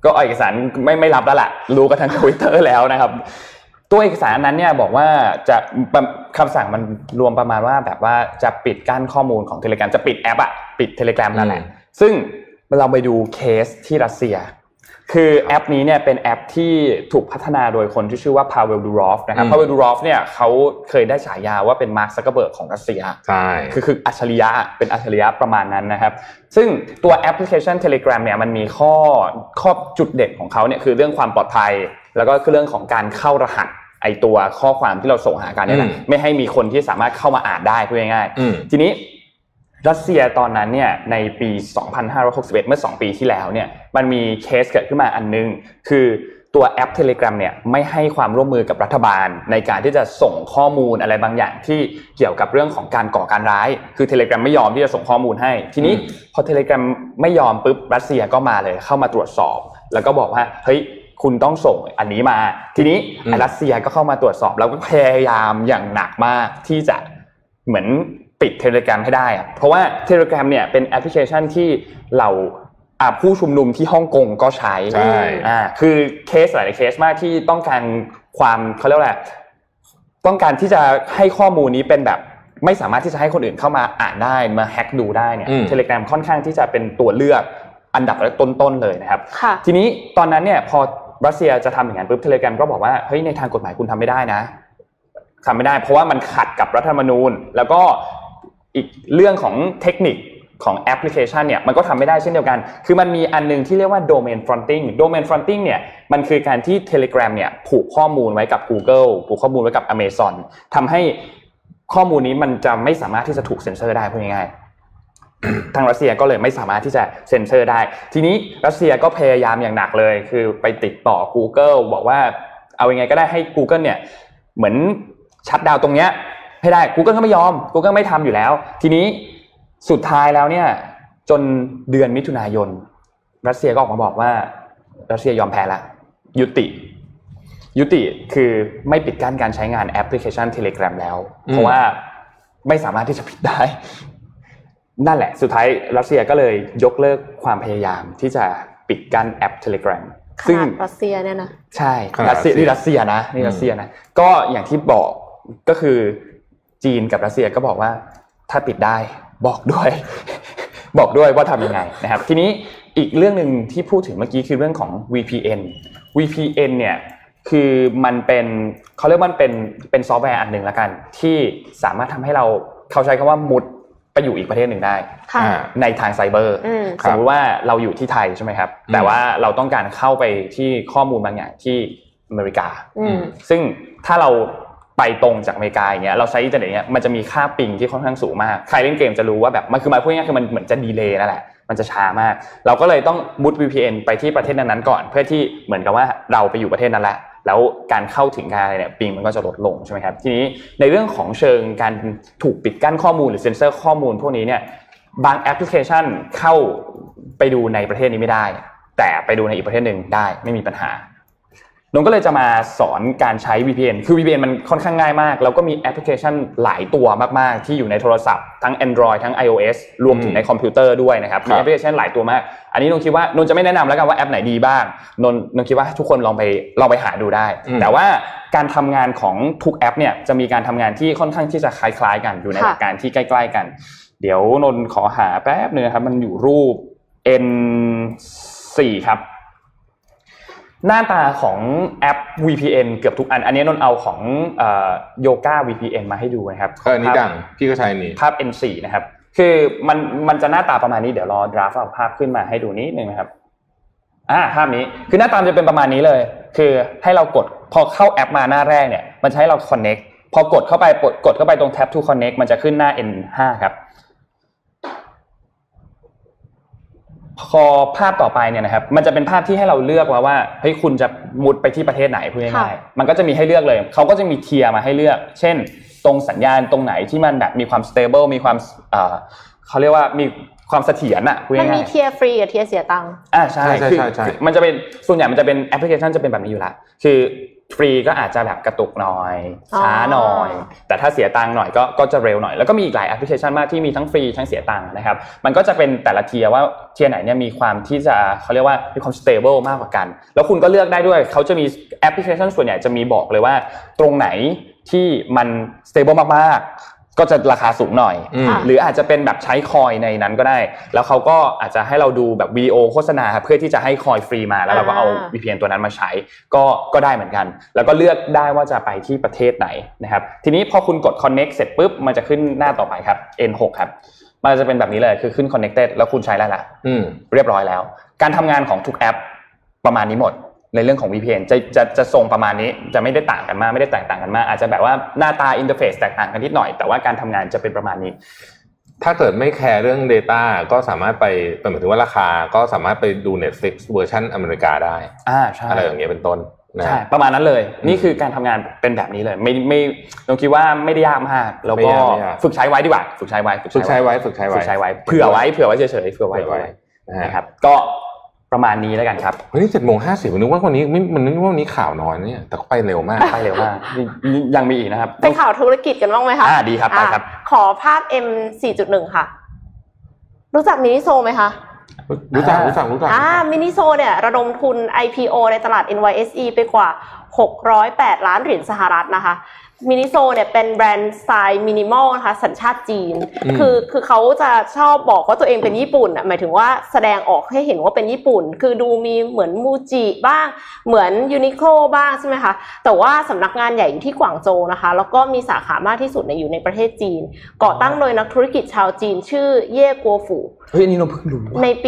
ก็เอกสารไม่รับแล้วล่ะรู้กันทั้ง Twitter แล้วนะครับตัวเอกสารนั้นเนี่ยบอกว่าจะคำสั่งมันรวมประมาณว่าแบบว่าจะปิดกั้นข้อมูลของ Telegram จะปิดแอปปิด Telegram นั่นแหละซึ่งเราไปดูเคสที่รัสเซียคือแอปนี้เนี่ยเป็นแอปที่ถูกพัฒนาโดยคนที่ชื่อว่าพาเวลดูรอฟนะครับพาเวลดูรอฟเนี่ยเขาเคยได้ฉายาว่าเป็นมาร์ค ซักเคอร์เบิร์กของรัสเซียใช่คืออัจฉริยะเป็นอัจฉริยะประมาณนั้นนะครับซึ่งตัวแอปพลิเคชัน Telegram เนี่ยมันมีข้อจุดเด่นของเขาเนี่ยคือเรื่องความปลอดภัยแล้วก็คือเรื่องของการเข้ารหัสไอตัวข้อความที่เราส่งหากันเนี่ยนะไม่ให้มีคนที่สามารถเข้ามาอ่านได้พูดง่ายๆทีนี้รัสเซียตอนนั้นเนี่ยในปี2561เมื่อ2ปีที่แล้วเนี่ยมันมีเคสเกิดขึ้นมาอันนึงคือตัวแอป Telegram เนี่ยไม่ให้ความร่วมมือกับรัฐบาลในการที่จะส่งข้อมูลอะไรบางอย่างที่เกี่ยวกับเรื่องของการก่อการร้ายคือ Telegram ไม่ยอมที่จะส่งข้อมูลให้ทีนี้พอ Telegram ไม่ยอมปุ๊บรัสเซียก็มาเลยเข้ามาตรวจสอบแล้วก็บอกว่าเฮ้ยคุณต้องส่งอันนี้มาทีนี้รัสเซียก็เข้ามาตรวจสอบแล้วก็พยายามอย่างหนักมากที่จะเหมือนปิด Telegram ให้ได้เพราะว่า Telegram เนี่ยเป็นแอปพลิเคชันที่เราผู้ชุมนุมที่ฮ่องกงก็ใช้คือเคสหลายเคสมากที่ต้องการความเขาเรียกว่าอะไรต้องการที่จะให้ข้อมูลนี้เป็นแบบไม่สามารถที่จะให้คนอื่นเข้ามาอ่านได้มาแฮ็กดูได้เนี่ย Telegram ค่อนข้างที่จะเป็นตัวเลือกอันดับต้นๆเลยนะครับทีนี้ตอนนั้นเนี่ยพอรัสเซียจะทำอย่างนั้นปุ๊บ Telegram ก็บอกว่าเฮ้ยในทางกฎหมายคุณทำไม่ได้นะทำไม่ได้เพราะว่ามันขัดกับรัฐธรรมนูญแล้วก็อีกเรื่องของเทคนิคของแอปพลิเคชันเนี่ยมันก็ทำไม่ได้เช่นเดียวกันคือมันมีอันนึงที่เรียกว่า domain fronting domain fronting เนี่ยมันคือการที่ Telegram เนี่ยผูกข้อมูลไว้กับ Google ผูกข้อมูลไว้กับ Amazon ทำให้ข้อมูลนี้มันจะไม่สามารถที่จะถูกเซ็นเซอร์ได้พูดง่ายๆทางรัสเซียก็เลยไม่สามารถที่จะเซ็นเซอร์ได้ทีนี้รัสเซียก็พยายามอย่างหนักเลยคือไปติดต่อ Google บอกว่าเอายังไงก็ได้ให้ Google เนี่ยเหมือนชัตดาวน์ตรงเนี้ยให้ได้ Google ก็ไม่ยอม Google ไม่ทำอยู่แล้วทีนี้สุดท้ายแล้วเนี่ยจนเดือนมิถุนายนรัสเซียก็ออกมาบอกว่ารัสเซียยอมแพ้แล้วยุติคือไม่ปิดกั้นการใช้งานแอปพลิเคชัน Telegram แล้วเพราะว่าไม่สามารถที่จะปิดได้นั่นแหละสุดท้ายรัสเซียก็เลยยกเลิกความพยายามที่จะปิดกั้นแอป Telegram ซึ่งรัสเซียเนี่ยนะใช่รัสเซียนะก็อย่างที่บอกก็คือจีนกับรัสเซียก็บอกว่าถ้าปิดได้บอกด้วยว่าทำยังไงนะครับทีนี้อีกเรื่องนึงที่พูดถึงเมื่อกี้คือเรื่องของ VPN เนี่ยคือมันเป็นเขาเรียกว่ามันเป็นซอฟต์แวร์อันนึงละกันที่สามารถทำให้เขาใช้คำว่ามุดไปอยู่อีกประเทศหนึ่งได้ในทางไซเบอร์สมมติว่าเราอยู่ที่ไทยใช่ไหมครับแต่ว่าเราต้องการเข้าไปที่ข้อมูลบางอย่างที่อเมริกาซึ่งถ้าเราไปตรงจากอเมริกาอย่างเงี้ยเราใช้อินเทอร์เน็ตเงี้ยมันจะมีค่าปิงที่ค่อนข้างสูงมากใครเล่นเกมจะรู้ว่าแบบมันคือมาพูดง่ายๆคือมันเหมือนจะดีเลย์นั่นแหละมันจะช้ามากเราก็เลยต้องมุด VPN ไปที่ประเทศนั้นๆก่อนเพื่อที่เหมือนกับว่าเราไปอยู่ประเทศนั้นแล้วการเข้าถึงการเนี่ยปิงมันก็จะลดลงใช่ไหมครับทีนี้ในเรื่องของเชิงการถูกปิดกั้นข้อมูลหรือเซ็นเซอร์ข้อมูลพวกนี้เนี่ยบางแอปพลิเคชันเข้าไปดูในประเทศนี้ไม่ได้แต่ไปดูในอีกประเทศนึงได้ไม่มีปัญหานนก็เลยจะมาสอนการใช้ VPN คือ VPN มันค่อนข้างง่ายมากแล้วก็มีแอปพลิเคชันหลายตัวมากๆที่อยู่ในโทรศัพท์ทั้ง Android ทั้ง iOS รวมถึงในคอมพิวเตอร์ด้วยนะครับมีแอปพลิเคชันหลายตัวมากอันนี้นนคิดว่านนจะไม่แนะนำแล้วกันว่าแอปไหนดีบ้างนนคิดว่าทุกคนลองไปหาดูได้แต่ว่าการทำงานของทุกแอปเนี่ยจะมีการทำงานที่ค่อนข้างที่จะคล้ายๆกันอยู่ในหลักการที่ใกล้ๆกันเดี๋ยวนนขอหาแป๊บนึงครับมันอยู่รูป N4 ครับหน้าตาของแอป VPN เกือบทุกอันนี้นนเอาของYoga VPN มาให้ดูนะครับอันนี้ดังพี่ก็ใช้นี่ภาพ N4 นะครับคือมันจะหน้าตาประมาณนี้เดี๋ยวรอ draft เอาภาพขึ้นมาให้ดูนิดนึงนะครับภาพนี้คือหน้าตาจะเป็นประมาณนี้เลยคือให้เรากดพอเข้าแอปมาหน้าแรกเนี่ยมันจะให้เรา connect พอกดเข้าไปตรง tab to connect มันจะขึ้นหน้า N5 ครับพอภาพต่อไปเนี่ยนะครับมันจะเป็นภาพที่ให้เราเลือกว่าเฮ้ยคุณจะมุดไปที่ประเทศไหนพูดง่ายๆมันก็จะมีให้เลือกเลยเขาก็จะมีเทียร์มาให้เลือกเช่นตรงสัญญาณตรงไหนที่มันแบบมีความ stable มีความเขาเรียกว่ามีความเสถียรอ่ะพูดง่ายๆมันมีเทียร์ฟรีกับเทียร์เสียตังค์ใช่มันจะเป็นส่วนใหญ่มันจะเป็นแอปพลิเคชันจะเป็นแบบนี้อยู่แล้วคือฟรีก็อาจจะแบบกระตุกหน่อยช้าหน่อยแต่ถ้าเสียตังค์หน่อยก็จะเร็วหน่อยแล้วก็มีอีกหลายแอปพลิเคชันมากที่มีทั้งฟรีทั้งเสียตังค์นะครับมันก็จะเป็นแต่ละเทียร์ว่าเทียร์ไหนเนี่ยมีความที่จะเขาเรียกว่ามีความ stable มากกว่ากันแล้วคุณก็เลือกได้ด้วยเขาจะมีแอปพลิเคชันส่วนใหญ่จะมีบอกเลยว่าตรงไหนที่มัน stable มากๆก็จะราคาสูงหน่อยหรืออาจจะเป็นแบบใช้คอยในนั้นก็ได้แล้วเขาก็อาจจะให้เราดูแบบวิดีโอโฆษณาเพื่อที่จะให้คอยฟรีมาแล้วเราก็เอา VPN ตัวนั้นมาใช้ก็ได้เหมือนกันแล้วก็เลือกได้ว่าจะไปที่ประเทศไหนนะครับทีนี้พอคุณกด connect เสร็จปุ๊บมันจะขึ้นหน้าต่อไปครับ N6 ครับมันจะเป็นแบบนี้เลยคือขึ้น connected แล้วคุณใช้แล้วล่ะเรียบร้อยแล้วการทำงานของทุกแอปประมาณนี้หมดในเรื่องของ VPN จะทรงประมาณนี้จะไม่ได้ต่างกันมากไม่ได้แตกต่างกันมากอาจจะแบบว่าหน้าตาอินเทอร์เฟซแตกต่างกันนิดหน่อยแต่ว่าการทำงานจะเป็นประมาณนี้ถ้าเกิดไม่แคร์เรื่อง data ก็สามารถไปหมายถึงว่าราคาก็สามารถไปดู Netflix เวอร์ชันอเมริกาได้ใช่อะไรอย่างเงี้ยเป็นต้นใช่ประมาณนั้นเลยนี่คือการทำงานเป็นแบบนี้เลยไม่ต้องคิดว่าไม่ได้ยากมากแล้วก็ฝึกใช้ไว้ดีกว่าฝึกใช้ไว้เผื่อไว้เฉยๆเผื่อไว้นะครับก็ประมาณนี้แล้วกันครับวันนี้ 7:50 ผมนึกว่าวันนี้วันนี้ข่าวน้อยเนี่ยแต่ก็ไปเร็วมากยังมีอีกนะครับเป็นข่าวธุรกิจกันบ้างไหมคะดีครับไปครับขอภาพ M4.1 ค่ะรู้จักมินิโซไหมคะรู้จักมินิโซเนี่ยระดมทุน IPO ในตลาด NYSE ไปกว่า608ล้านเหรียญสหรัฐนะคะมินิโซเนี่ยเป็นแบรนด์สไตล์มินิมอลนะคะสัญชาติจีนคือเขาจะชอบบอกว่าตัวเองเป็นญี่ปุ่นหมายถึงว่าแสดงออกให้เห็นว่าเป็นญี่ปุ่นคือดูมีเหมือนมูจิบ้างเหมือนยูนิโคลบ้างใช่ไหมคะแต่ว่าสำนักงานใหญ่อยู่ที่กวางโจวนะคะแล้วก็มีสาขามากที่สุดอยู่ในประเทศจีนก่อตั้งโดยนักธุรกิจชาวจีนชื่อเย่กัวฝูนี่เราเพิ่งรู้ในปี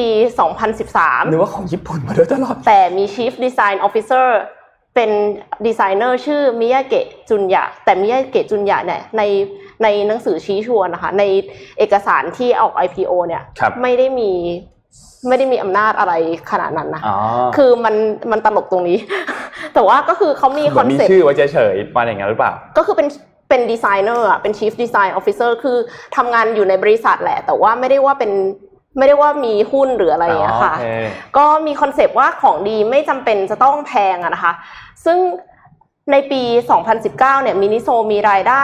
2013 หรือว่าของญี่ปุ่นมาโดยตลอดแต่มี Chief Design Officerเป็นดีไซเนอร์ชื่อมิยาเกะจุนยะแต่มิยาเกะจุนยะเนี่ยในหนังสือชี้ชวนนะคะในเอกสารที่ออก IPO เนี่ยไม่ได้มีอำนาจอะไรขนาดนั้นนะคือมันตลกตรงนี้แต่ว่าก็คือเขามีคอนเซ็ปต์มีชื่อไว้เฉยๆมาอย่างนั้นหรือเปล่าก็คือเป็นดีไซเนอร์เป็น Chief Design Officer คือทำงานอยู่ในบริษัทแหละแต่ว่าไม่ได้ว่ามีหุ้นหรืออะไรอย่างเงี้ยค่ะก็มีคอนเซปต์ว่าของดีไม่จำเป็นจะต้องแพงนะคะซึ่งในปี 2019 เนี่ยมินิโซมีรายได้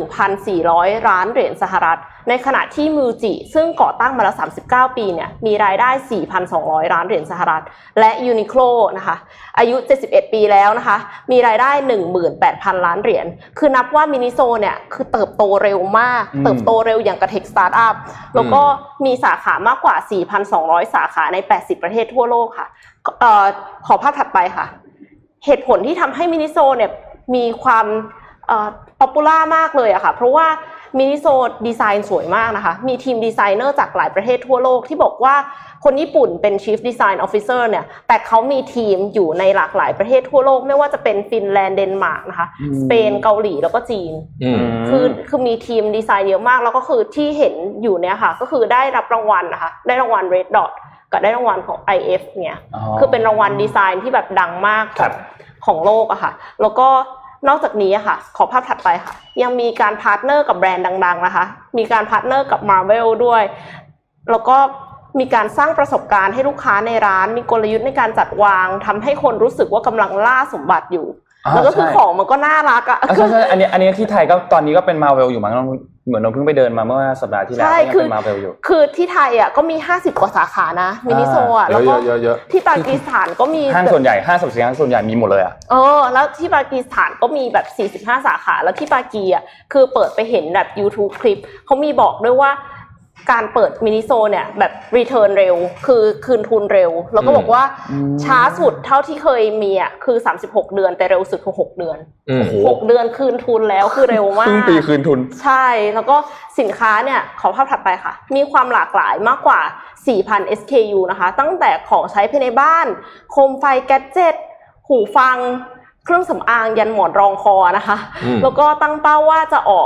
1,400 ล้านเหรียญสหรัฐในขณะที่มูจิซึ่งก่อตั้งมาแล้ว39 ปีเนี่ยมีรายได้ 4,200 ล้านเหรียญสหรัฐและยูนิโคลนะคะอายุ71 ปีแล้วนะคะมีรายได้ 18,000 ล้านเหรียญคือนับว่ามินิโซเนี่ยคือเติบโตเร็วมากเติบโตเร็วอย่างกระเทคสตาร์ทอัพแล้วก็มีสาขามากกว่า 4,200 สาขาใน80ประเทศทั่วโลกค่ะขอภาพถัดไปค่ะเหตุผลที่ทำให้มินิโซเนี่ยมีความป๊อปปูล่ามากเลยอะค่ะเพราะว่ามินิโซดีไซน์สวยมากนะคะมีทีมดีไซเนอร์จากหลายประเทศทั่วโลกที่บอกว่าคนญี่ปุ่นเป็น Chief Design Officer เนี่ยแต่เขามีทีมอยู่ในหลากหลายประเทศทั่วโลกไม่ว่าจะเป็นฟินแลนด์เดนมาร์กนะคะสเปนเกาหลีแล้วก็จีนคือมีทีมดีไซน์เยอะมากแล้วก็คือที่เห็นอยู่เนี่ยค่ะก็คือได้รับรางวัลนะคะได้รางวัล Red Dot กับได้รางวัลของ IF เนี่ยคือเป็นรางวัลดีไซน์ที่แบบดังมากของโลกอะค่ะแล้วก็นอกจากนี้อะค่ะขอภาพถัดไปค่ะยังมีการพาร์ทเนอร์กับแบรนด์ดังๆนะคะมีการพาร์ทเนอร์กับ Marvel ด้วยแล้วก็มีการสร้างประสบการณ์ให้ลูกค้าในร้านมีกลยุทธ์ในการจัดวางทำให้คนรู้สึกว่ากำลังล่าสมบัติอยู่แล้วก็คือของมันก็น่ารักอ่ะใช่อันนี้ที่ไทยก็ตอนนี้ก็เป็น Marvel อยู่มั้งเหมือนเราเพิ่งไปเดินมาเมื่อสัปดาห์ที่แล้วยังเป็น Marvel อยู่คือที่ไทยอ่ะก็มี50กว่าสาขานะมินิโซอ่ะแล้วก็ที่ปากีสถานก็มีห้างส่วนใหญ่ห้างสรรพสินค้าส่วนใหญ่มีหมดเลยอ่ะแล้วที่ปากีสถานก็มีแบบ45สาขาแล้วที่ปากีอ่ะคือเปิดไปเห็นแบบ YouTube คลิปเขามีบอกด้วยว่าการเปิดมินิโซเนี่ยแบบรีเทิร์นเร็วคือคืนทุนเร็วแล้วก็บอกว่าช้าสุดเท่าที่เคยมีอ่ะคือ36เดือนแต่เร็วสุดคือ6เดือน6เดือนคืนทุนแล้วคือเร็วมากครึ่งปีคืนทุนใช่แล้วก็สินค้าเนี่ยขอภาพถัดไปค่ะมีความหลากหลายมากกว่า 4,000 SKU นะคะตั้งแต่ของใช้ภายในบ้านโคมไฟแกดเจ็ตหูฟังเครื่องสำอางยันหมอนรองคอนะคะแล้วก็ตั้งเป้าว่าจะออก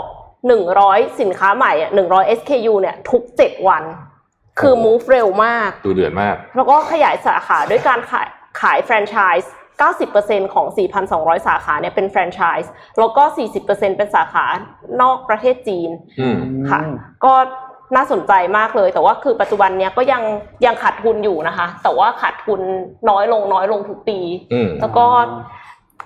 100สินค้าใหม่100 SKU เนี่ยทุก7วันคือ move เร็วมากดูเดือดมากแล้วก็ขยายสาขาด้วยการขายแฟรนไชส์ 90% ของ 4,200 สาขาเนี่ยเป็นแฟรนไชส์แล้วก็ 40% เป็นสาขานอกประเทศจีนค่ะก็น่าสนใจมากเลยแต่ว่าคือปัจจุบันเนี้ยก็ยังขาดทุนอยู่นะคะแต่ว่าขาดทุนน้อยลงทุกปีแล้วก็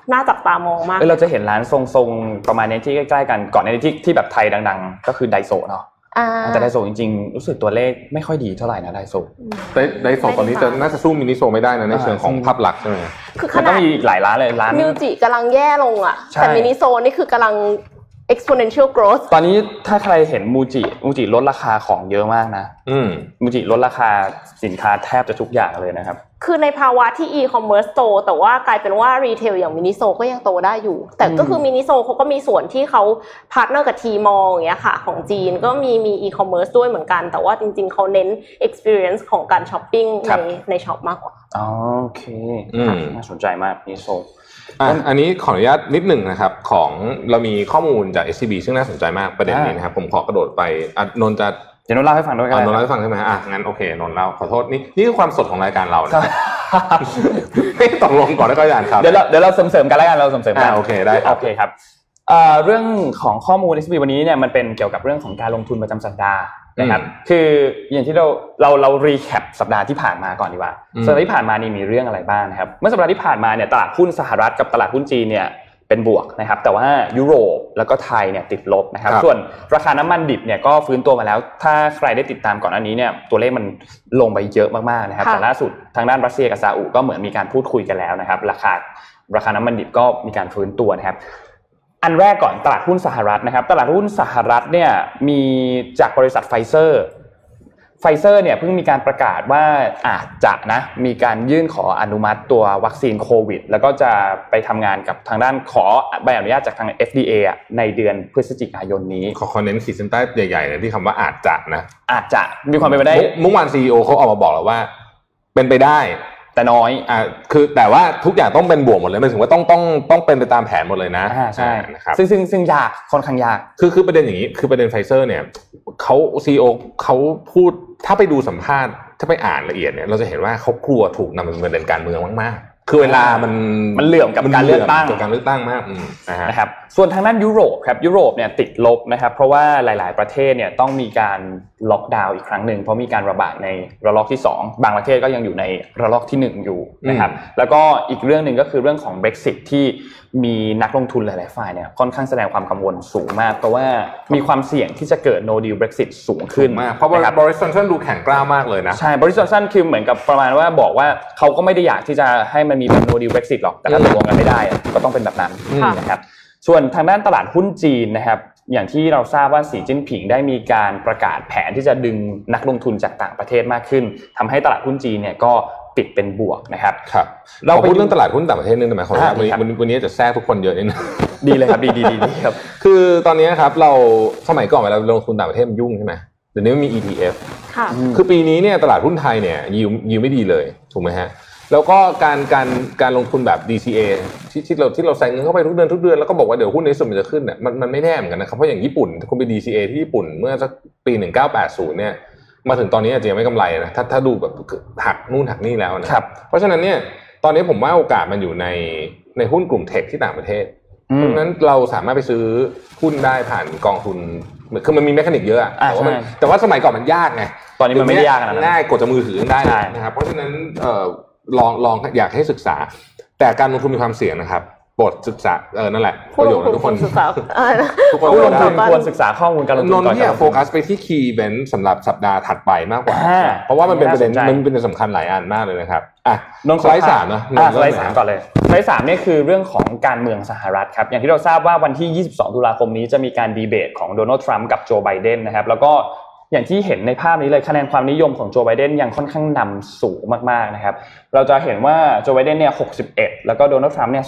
น่าจับตามองมากเราจะเห็นร้านทรงๆประมาณนี้ที่ใกล้ๆกันก่อนในที่แบบไทยดังๆก็คือไดโซเนาะแต่ไดโซจริงๆรู้สึกตัวเลขไม่ค่อยดีเท่าไหร่นะไดโซตอนนี้จะน่าจะสู้มินิโซไม่ได้นะในเชิงของภาพลักษณ์ใช่ไหมคือขนาดต้องมีอีกหลายร้านเลยร้านมิวจิกำลังแย่ลงอ่ะแต่มินิโซนี่คือกำลัง exponential growth ตอนนี้ถ้าใครเห็นมูจิลดราคาของเยอะมากนะมูจิลดราคาสินค้าแทบจะทุกอย่างเลยนะครับคือในภาวะที่ e-commerce โตแต่ว่ากลายเป็นว่ารีเทลอย่างมินิโซก็ยังโตได้อยู่แต่ก็คือมินิโซเขาก็มีส่วนที่เขาพาร์ทเนอร์กับ Tmall อย่างเงี้ยค่ะของจีนก็มี e-commerce ด้วยเหมือนกันแต่ว่าจริงๆเขาเน้น experience ของการช้อปปิ้งในช็อปมากกว่าโอเคน่าสนใจมากมินิโซอันนี้ขออนุญาตนิดหนึ่งนะครับของเรามีข้อมูลจาก SCB ซึ่งน่าสนใจมากประเด็นนี้นะครับผมขอกระโดดไปนนท์จะเดี๋ยวนนท์เล่าให้ฟังด้วยกันนนท์เล่าให้ฟังใช่ไหมงั้นโอเคนนท์เล่าขอโทษนี่คือความสดของรายการเรานะตกลงก่อนแล้วก็อ่านครับเดี๋ยวเราเสริมกันแล้วกันเราเสริมกันโอเคได้โอเคครับเรื่องของข้อมูล SCB วันนี้เนี่ยมันเป็นเกี่ยวกับเรื่องของการลงทุนประจำสัปดาห์นะครับคืออย่างที่เรารีแคปสัปดาห์ที่ผ่านมาก่อนดีกว่าสัปดาห์ที่ผ่านมานี่มีเรื่องอะไรบ้างนะครับเมื่อสัปดาห์ที่ผ่านมาเนี่ยตลาดหุ้นสหรัฐกับตลาดหุ้นจีนเนี่ยเป็นบวกนะครับแต่ว่ายุโรปแล้วก็ไทยเนี่ยติดลบนะครับส่วนราคาน้ำมันดิบเนี่ยก็ฟื้นตัวมาแล้วถ้าใครได้ติดตามก่อนอันนี้เนี่ยตัวเลขมันลงไปเยอะมากๆนะครับแต่ล่าสุดทางด้านรัสเซียกับซาอุก็เหมือนมีการพูดคุยกันแล้วนะครับราคาน้ำมันดิบก็มีการฟื้นตัวนะครับอันแรกก่อนตลาดหุ้นสหรัฐนะครับตลาดหุ้นสหรัฐเนี่ยมีจากบริษัทไฟเซอร์เนี่ยเพิ่งมีการประกาศว่าอาจจะนะมีการยื่นขออนุมัติตัววัคซีนโควิดแล้วก็จะไปทำงานกับทางด้านขอใบอนุญาตจากทาง FDA ในเดือนพฤศจิกายนนี้ขอเน้นขีดเส้นใต้ใหญ่ๆเลยที่คำว่าอาจจะนะอาจจะมีความเป็นไปได้เมื่อวาน CEO เขาออกมาบอกแล้วว่าเป็นไปได้แต่น้อยคือแต่ว่าทุกอย่างต้องเป็นบวกหมดเลยหมายถึงว่าต้องเป็นไปตามแผนหมดเลยนะใช่นะครับซึ่งยากค่อนข้างยากคือประเด็นอย่างนี้คือประเด็นไฟเซอร์เนี่ยเขา CEO เขาพูดถ้าไปดูสัมภาษณ์ถ้าไปอ่านละเอียดเนี่ยเราจะเห็นว่าเขากลัวถูกนำเป็นประเด็นการเมืองมากๆคือเวลามันเหลื่อมกับการเลือกตั้งมากนะครับส่วนทางด้านยุโรปครับยุโรปเนี่ยติดลบนะครับเพราะว่าหลายๆประเทศเนี่ยต้องมีการล็อกดาวน์อีกครั้งนึงเพราะมีการระบาดในระลอกที่2บางประเทศก็ยังอยู่ในระลอกที่1อยู่นะครับแล้วก็อีกเรื่องนึงก็คือเรื่องของ Brexit ที่มีนักลงทุนหลายๆฝ่ายเนี่ยค่อนข้างแสดงความกังวลสูงมากเพราะว่ามีความเสี่ยงที่จะเกิด No Deal Brexit สูงขึ้นมากเพราะว่าบริษัทจอนสันดูแข็งกร้าวมากเลยนะใช่บริษัทจอนสันคือเหมือนกับประมาณว่าบอกว่าเขาก็ไม่ได้อยากที่จะให้มันมีแบบ No Deal Brexit หรอกแต่ถ้าตกลงกันไม่ได้ก็ต้องเป็นแบบนั้นนะครับส่วนทางด้านตลาดหุ้นจีนนะครับอย่างที่เราทราบว่าสีจิ้นผิงได้มีการประกาศแผนที่จะดึงนักลงทุนจากต่างประเทศมากขึ้นทำให้ตลาดหุ้นจีนเนี่ยก็ปิดเป็นบวกนะครับเราพูดเรื่องตลาดหุ้นต่างประเทศนึงได้ไหมวันนี้จะแทรกทุกคนเยอะนิดนึงดีเลยครับดีครับคือตอนนี้ครับเราสมัยก่อนเวลาลงทุนต่างประเทศมันยุ่งใช่ไหมเดี๋ยวนี้มันมี ETF คือปีนี้เนี่ยตลาดหุ้นไทยเนี่ยยิวไม่ดีเลยถูกไหมฮะแล้วก็การลงทุนแบบ DCA ที่เราใส่เงินเข้าไปทุกเดือนแล้วก็บอกว่าเดี๋ยวหุ้นในส่วนมันจะขึ้นเนี่ยมันไม่แน่เหมือนกันนะครับเพราะอย่างญี่ปุ่นคุณไป DCA ที่ญี่ปุ่นเมื่อสักปี1980เนี่ยมาถึงตอนนี้อาจจะยังไม่กำไรนะถ้าดูแบบหักนู่นหักนี่แล้วนะครับเพราะฉะนั้นเนี่ยตอนนี้ผมว่าโอกาสมันอยู่ในหุ้นกลุ่มเทคที่ต่างประเทศเพราะฉะนั้นเราสามารถไปซื้อหุ้นได้ผ่านกองทุนคือมันมีเมคานิกเยอะแต่ว่าสมัยก่อนมันยากไงตอนนี้มันไม่ได้ยากนะง่ายกดจากมือถือได้นะครับเพราะฉะนั้นลองอยากให้ศึกษาแต่การลงทุนมีความเสี่ยงนะครับโปรดศึกษานั่นแหละประโยชน์ทุกคนศึกษาทุกคนลงทุนควรศึกษาข้อมูลการลงทุนก่อนเนี่ยโฟกัสไปที่คีย์อีเวนต์สำหรับสัปดาห์ถัดไปมากกว่าเพราะว่ามันเป็นประเด็นมันเป็นสำคัญหลายอันมากเลยนะครับสไลด์3นะสไลด์3ก่อนเลยสไลด์3นี่คือเรื่องของการเมืองสหรัฐครับอย่างที่เราทราบว่าวันที่22ตุลาคมนี้จะมีการดีเบตของโดนัลด์ทรัมป์กับโจไบเดนนะครับแล้วก็อย่างที่เห็นในภาพนี้เลยคะแนนความนิยมของโจไบเดนยังค่อนข้างนำสูงมากๆนะครับเราจะเห็นว่าโจไบเดนเนี่ย61แล้วก็โดนัลด์ทรัมป์เนี่ย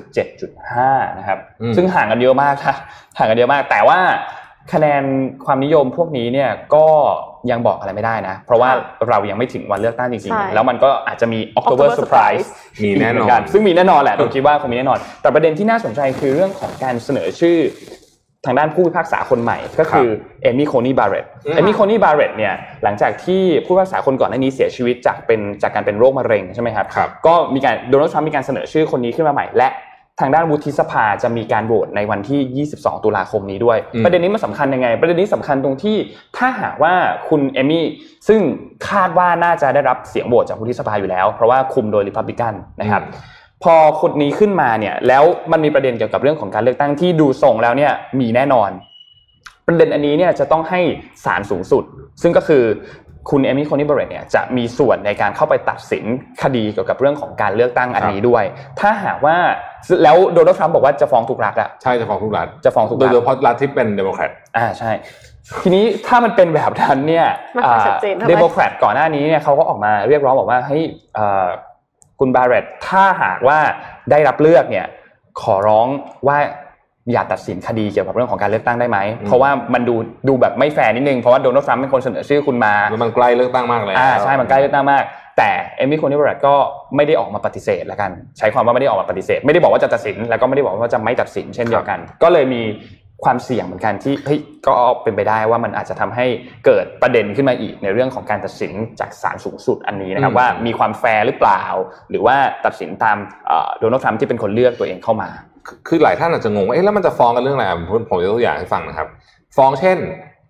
37.5 นะครับซึ่งห่างกันเยอะมากค่ะห่างกันเยอะมากแต่ว่าคะแนนความนิยมพวกนี้เนี่ยก็ยังบอกอะไรไม่ได้นะเพราะว่าเรายังไม่ถึงวันเลือกตั้งจริงๆแล้วมันก็อาจจะมี October Surprise มีแน่นอนซึ่งมีแน่นอนแหละผมคิดว่าคงมีแน่นอนแต่ประเด็นที่น่าสนใจคือเรื่องของการเสนอชื่อทางด้านผู้พิพากษาคนใหม่ก็คือเอมี่โคนี่บาร์เรตเนี่ยหลังจากที่ผู้พิพากษาคนก่อนหน้านี้เสียชีวิตจากการเป็นโรคมะเร็งใช่ไหมครับก็มีการโดนัลด์ทรัมป์มีการเสนอชื่อคนนี้ขึ้นมาใหม่และทางด้านวุฒิสภาจะมีการโหวตในวันที่22ตุลาคมนี้ด้วยประเด็นนี้มันสำคัญยังไงประเด็นนี้สำคัญตรงที่ถ้าหากว่าคุณเอมี่ซึ่งคาดว่าน่าจะได้รับเสียงโหวตจากวุฒิสภาอยู่แล้วเพราะว่าคุมโดยริพับลิกันนะครับพพอคนนี้ขึ้นมาเนี่ยแล้วมันมีประเด็นเกี่ยวกับเรื่องของการเลือกตั้งที่ดูทรงแล้วเนี่ยมีแน่นอนประเด็นอันนี้เนี่ยจะต้องให้ศาลสูงสุดซึ่งก็คือคุณเอมี่โคนี่บาเรตเนี่ยจะมีส่วนในการเข้าไปตัดสินคดีเกี่ยวกับเรื่องของการเลือกตั้งอันนี้ด้วยถ้าหากว่าแล้วโดนัลด์ทรัมป์บอกว่าจะฟ้องทุกรัฐอ่ะใช่จะฟ้องทุกรัฐโดยเฉพาะรัฐที่เป็นเดโมแครตใช่ทีนี้ถ้ามันเป็นแบบนั้นเนี่ยเดโมแครตก่อนหน้านี้เนี่ยเขาก็ออกมาเรียกร้องบอกว่าให้คุณบาเรตถ้าหากว่าได้รับเลือกเนี่ยขอร้องว่าอย่าตัดสินคดีเกี่ยวกับเรื่องของการเลือกตั้งได้ไหมเพราะว่ามันดูแบบไม่แฟร์นิดนึงเพราะว่าโดนัลด์ทรัมป์เป็นคนเสนอชื่อคุณมามันใกล้เลือกตั้งมากเลยใช่มันใกล้เลือกตั้งมากแต่เอมี่โคนี่บาเรตก็ไม่ได้ออกมาปฏิเสธแล้วกันใช้ความว่าไม่ได้ออกมาปฏิเสธไม่ได้บอกว่าจะตัดสินแล้วก็ไม่ได้บอกว่าจะไม่ตัดสินเช่นเดียวกันก็เลยมีความเสี่ยงเหมือนกันที่เฮ้ยก็เป็นไปได้ว่ามันอาจจะทำให้เกิดประเด็นขึ้นมาอีกในเรื่องของการตัดสินจากศาลสูงสุดอันนี้นะครับว่ามีความแฟร์หรือเปล่าหรือว่าตัดสินตามโดนัลด์ทรัมป์ที่เป็นคนเลือกตัวเองเข้ามาคือหลายท่านอาจจะงงว่าแล้วมันจะฟ้องกันเรื่องอะไรผมยกตัวอย่างให้ฟังนะครับฟ้องเช่น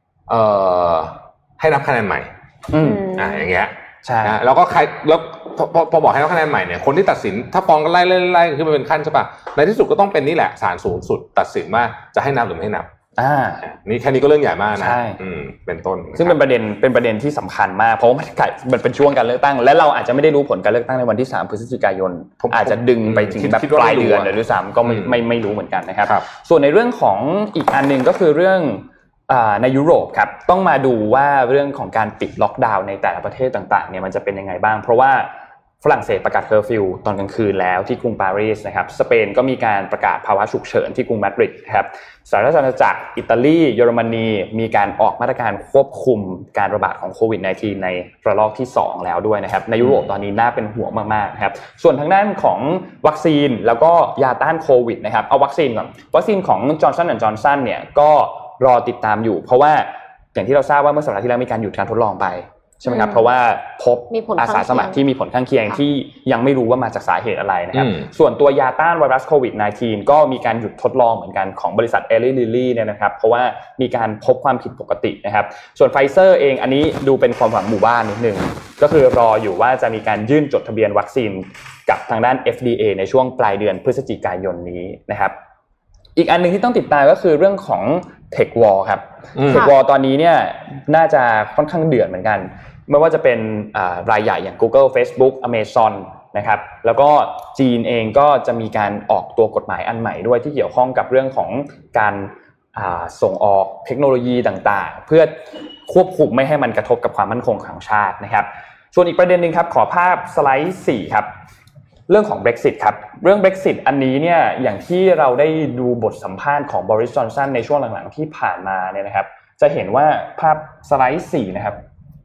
ให้นับคะแนนใหม่อย่างเงี้ยใช่แล้วก็ใครแล้วพอบอกให้นับคะแนนใหม่เนี่ยคนที่ตัดสินถ้าฟ้องกันไล่ขึ้นไปเป็นขั้นใช่ป่ะในที่สุดก็ต้องเป็นนี่แหละศาลสูงสุดตัดสินว่าจะให้นับหรือไม่ให้นับนี่แค่นี้ก็เรื่องใหญ่มากนะเป็นต้นซึ่งเป็นประเด็นที่สำคัญมากเพราะว่ามันเป็นช่วงการเลือกตั้งและเราอาจจะไม่ได้รู้ผลการเลือกตั้งในวันที่3พฤศจิกายนอาจจะดึงไปถึงแบบปลายเดือนหรือด้วยซ้ำก็ไม่รู้เหมือนกันนะครับส่วนในเรื่องของอีกอันนึงก็คือเรื่องในยุโรปครับต้องมาดูว่าเรื่องของการปิดล็อกดาวน์ในแต่ละประเทศต่างๆเนี่ยมันจะเป็นยังไงบ้างเพราะว่าฝรั่งเศสประกาศเคอร์ฟิวตอนกลางคืนแล้วที่กรุงปารีสนะครับสเปนก็มีการประกาศภาวะฉุกเฉินที่กรุงมาดริดครับสหราชอาณาจักรอิตาลีเยอรมนีมีการออกมาตรการควบคุมการระบาดของโควิด -19 ในระลอกที่2แล้วด้วยนะครับในยุโรปตอนนี้น่าเป็นห่วงมากๆครับส่วนทางด้านของวัคซีนแล้วก็ยาต้านโควิดนะครับเอาวัคซีนก่อนวัคซีนของ Johnson & Johnson เนี่ยก็รอติดตามอยู่เพราะว่าอย่างที่เราทราบว่าเมื่อสัปดาห์ที่แล้วมีการหยุดการทดลองไปใช่ไหมครับเพราะว่าพบอาสาสมัครที่มีผลข้างเคียงที่ยังไม่รู้ว่ามาจากสาเหตุอะไรนะครับส่วนตัวยาต้านไวรัสโควิด -19 ก็มีการหยุดทดลองเหมือนกันของบริษัท Eli Lilly เนี่ยนะครับเพราะว่ามีการพบความผิดปกตินะครับส่วนไฟเซอร์เองอันนี้ดูเป็นความหวังหมู่บ้านนิดนึงก็คือรออยู่ว่าจะมีการยื่นจดทะเบียนวัคซีนกับทางด้าน FDA ในช่วงปลายเดือนพฤศจิกายนนี้นะครับอีกอันนึงที่ต้องติดตามก็คือเรื่องของ Tech War ครับ Tech War ตอนนี้เนี่ยน่าจะค่อนข้างเดือดเหมือนกันไม่ว่าจะเป็นรายใหญ่อย่าง Google Facebook Amazon นะครับแล้วก็จีนเองก็จะมีการออกตัวกฎหมายอันใหม่ด้วยที่เกี่ยวข้องกับเรื่องของการส่งออกเทคโนโลยีต่างๆเพื่อควบคุมไม่ให้มันกระทบกับความมั่นคงของชาตินะครับส่วนอีกประเด็นนึงครับขอภาพสไลด์4ครับเรื่องของ Brexit ครับเรื่อง Brexit อันนี้เนี่ยอย่างที่เราได้ดูบทสัมภาษณ์ของบริส จอนสันในช่วงหลังๆที่ผ่านมาเนี่ยนะครับจะเห็นว่าภาพสไลด์4นะครับ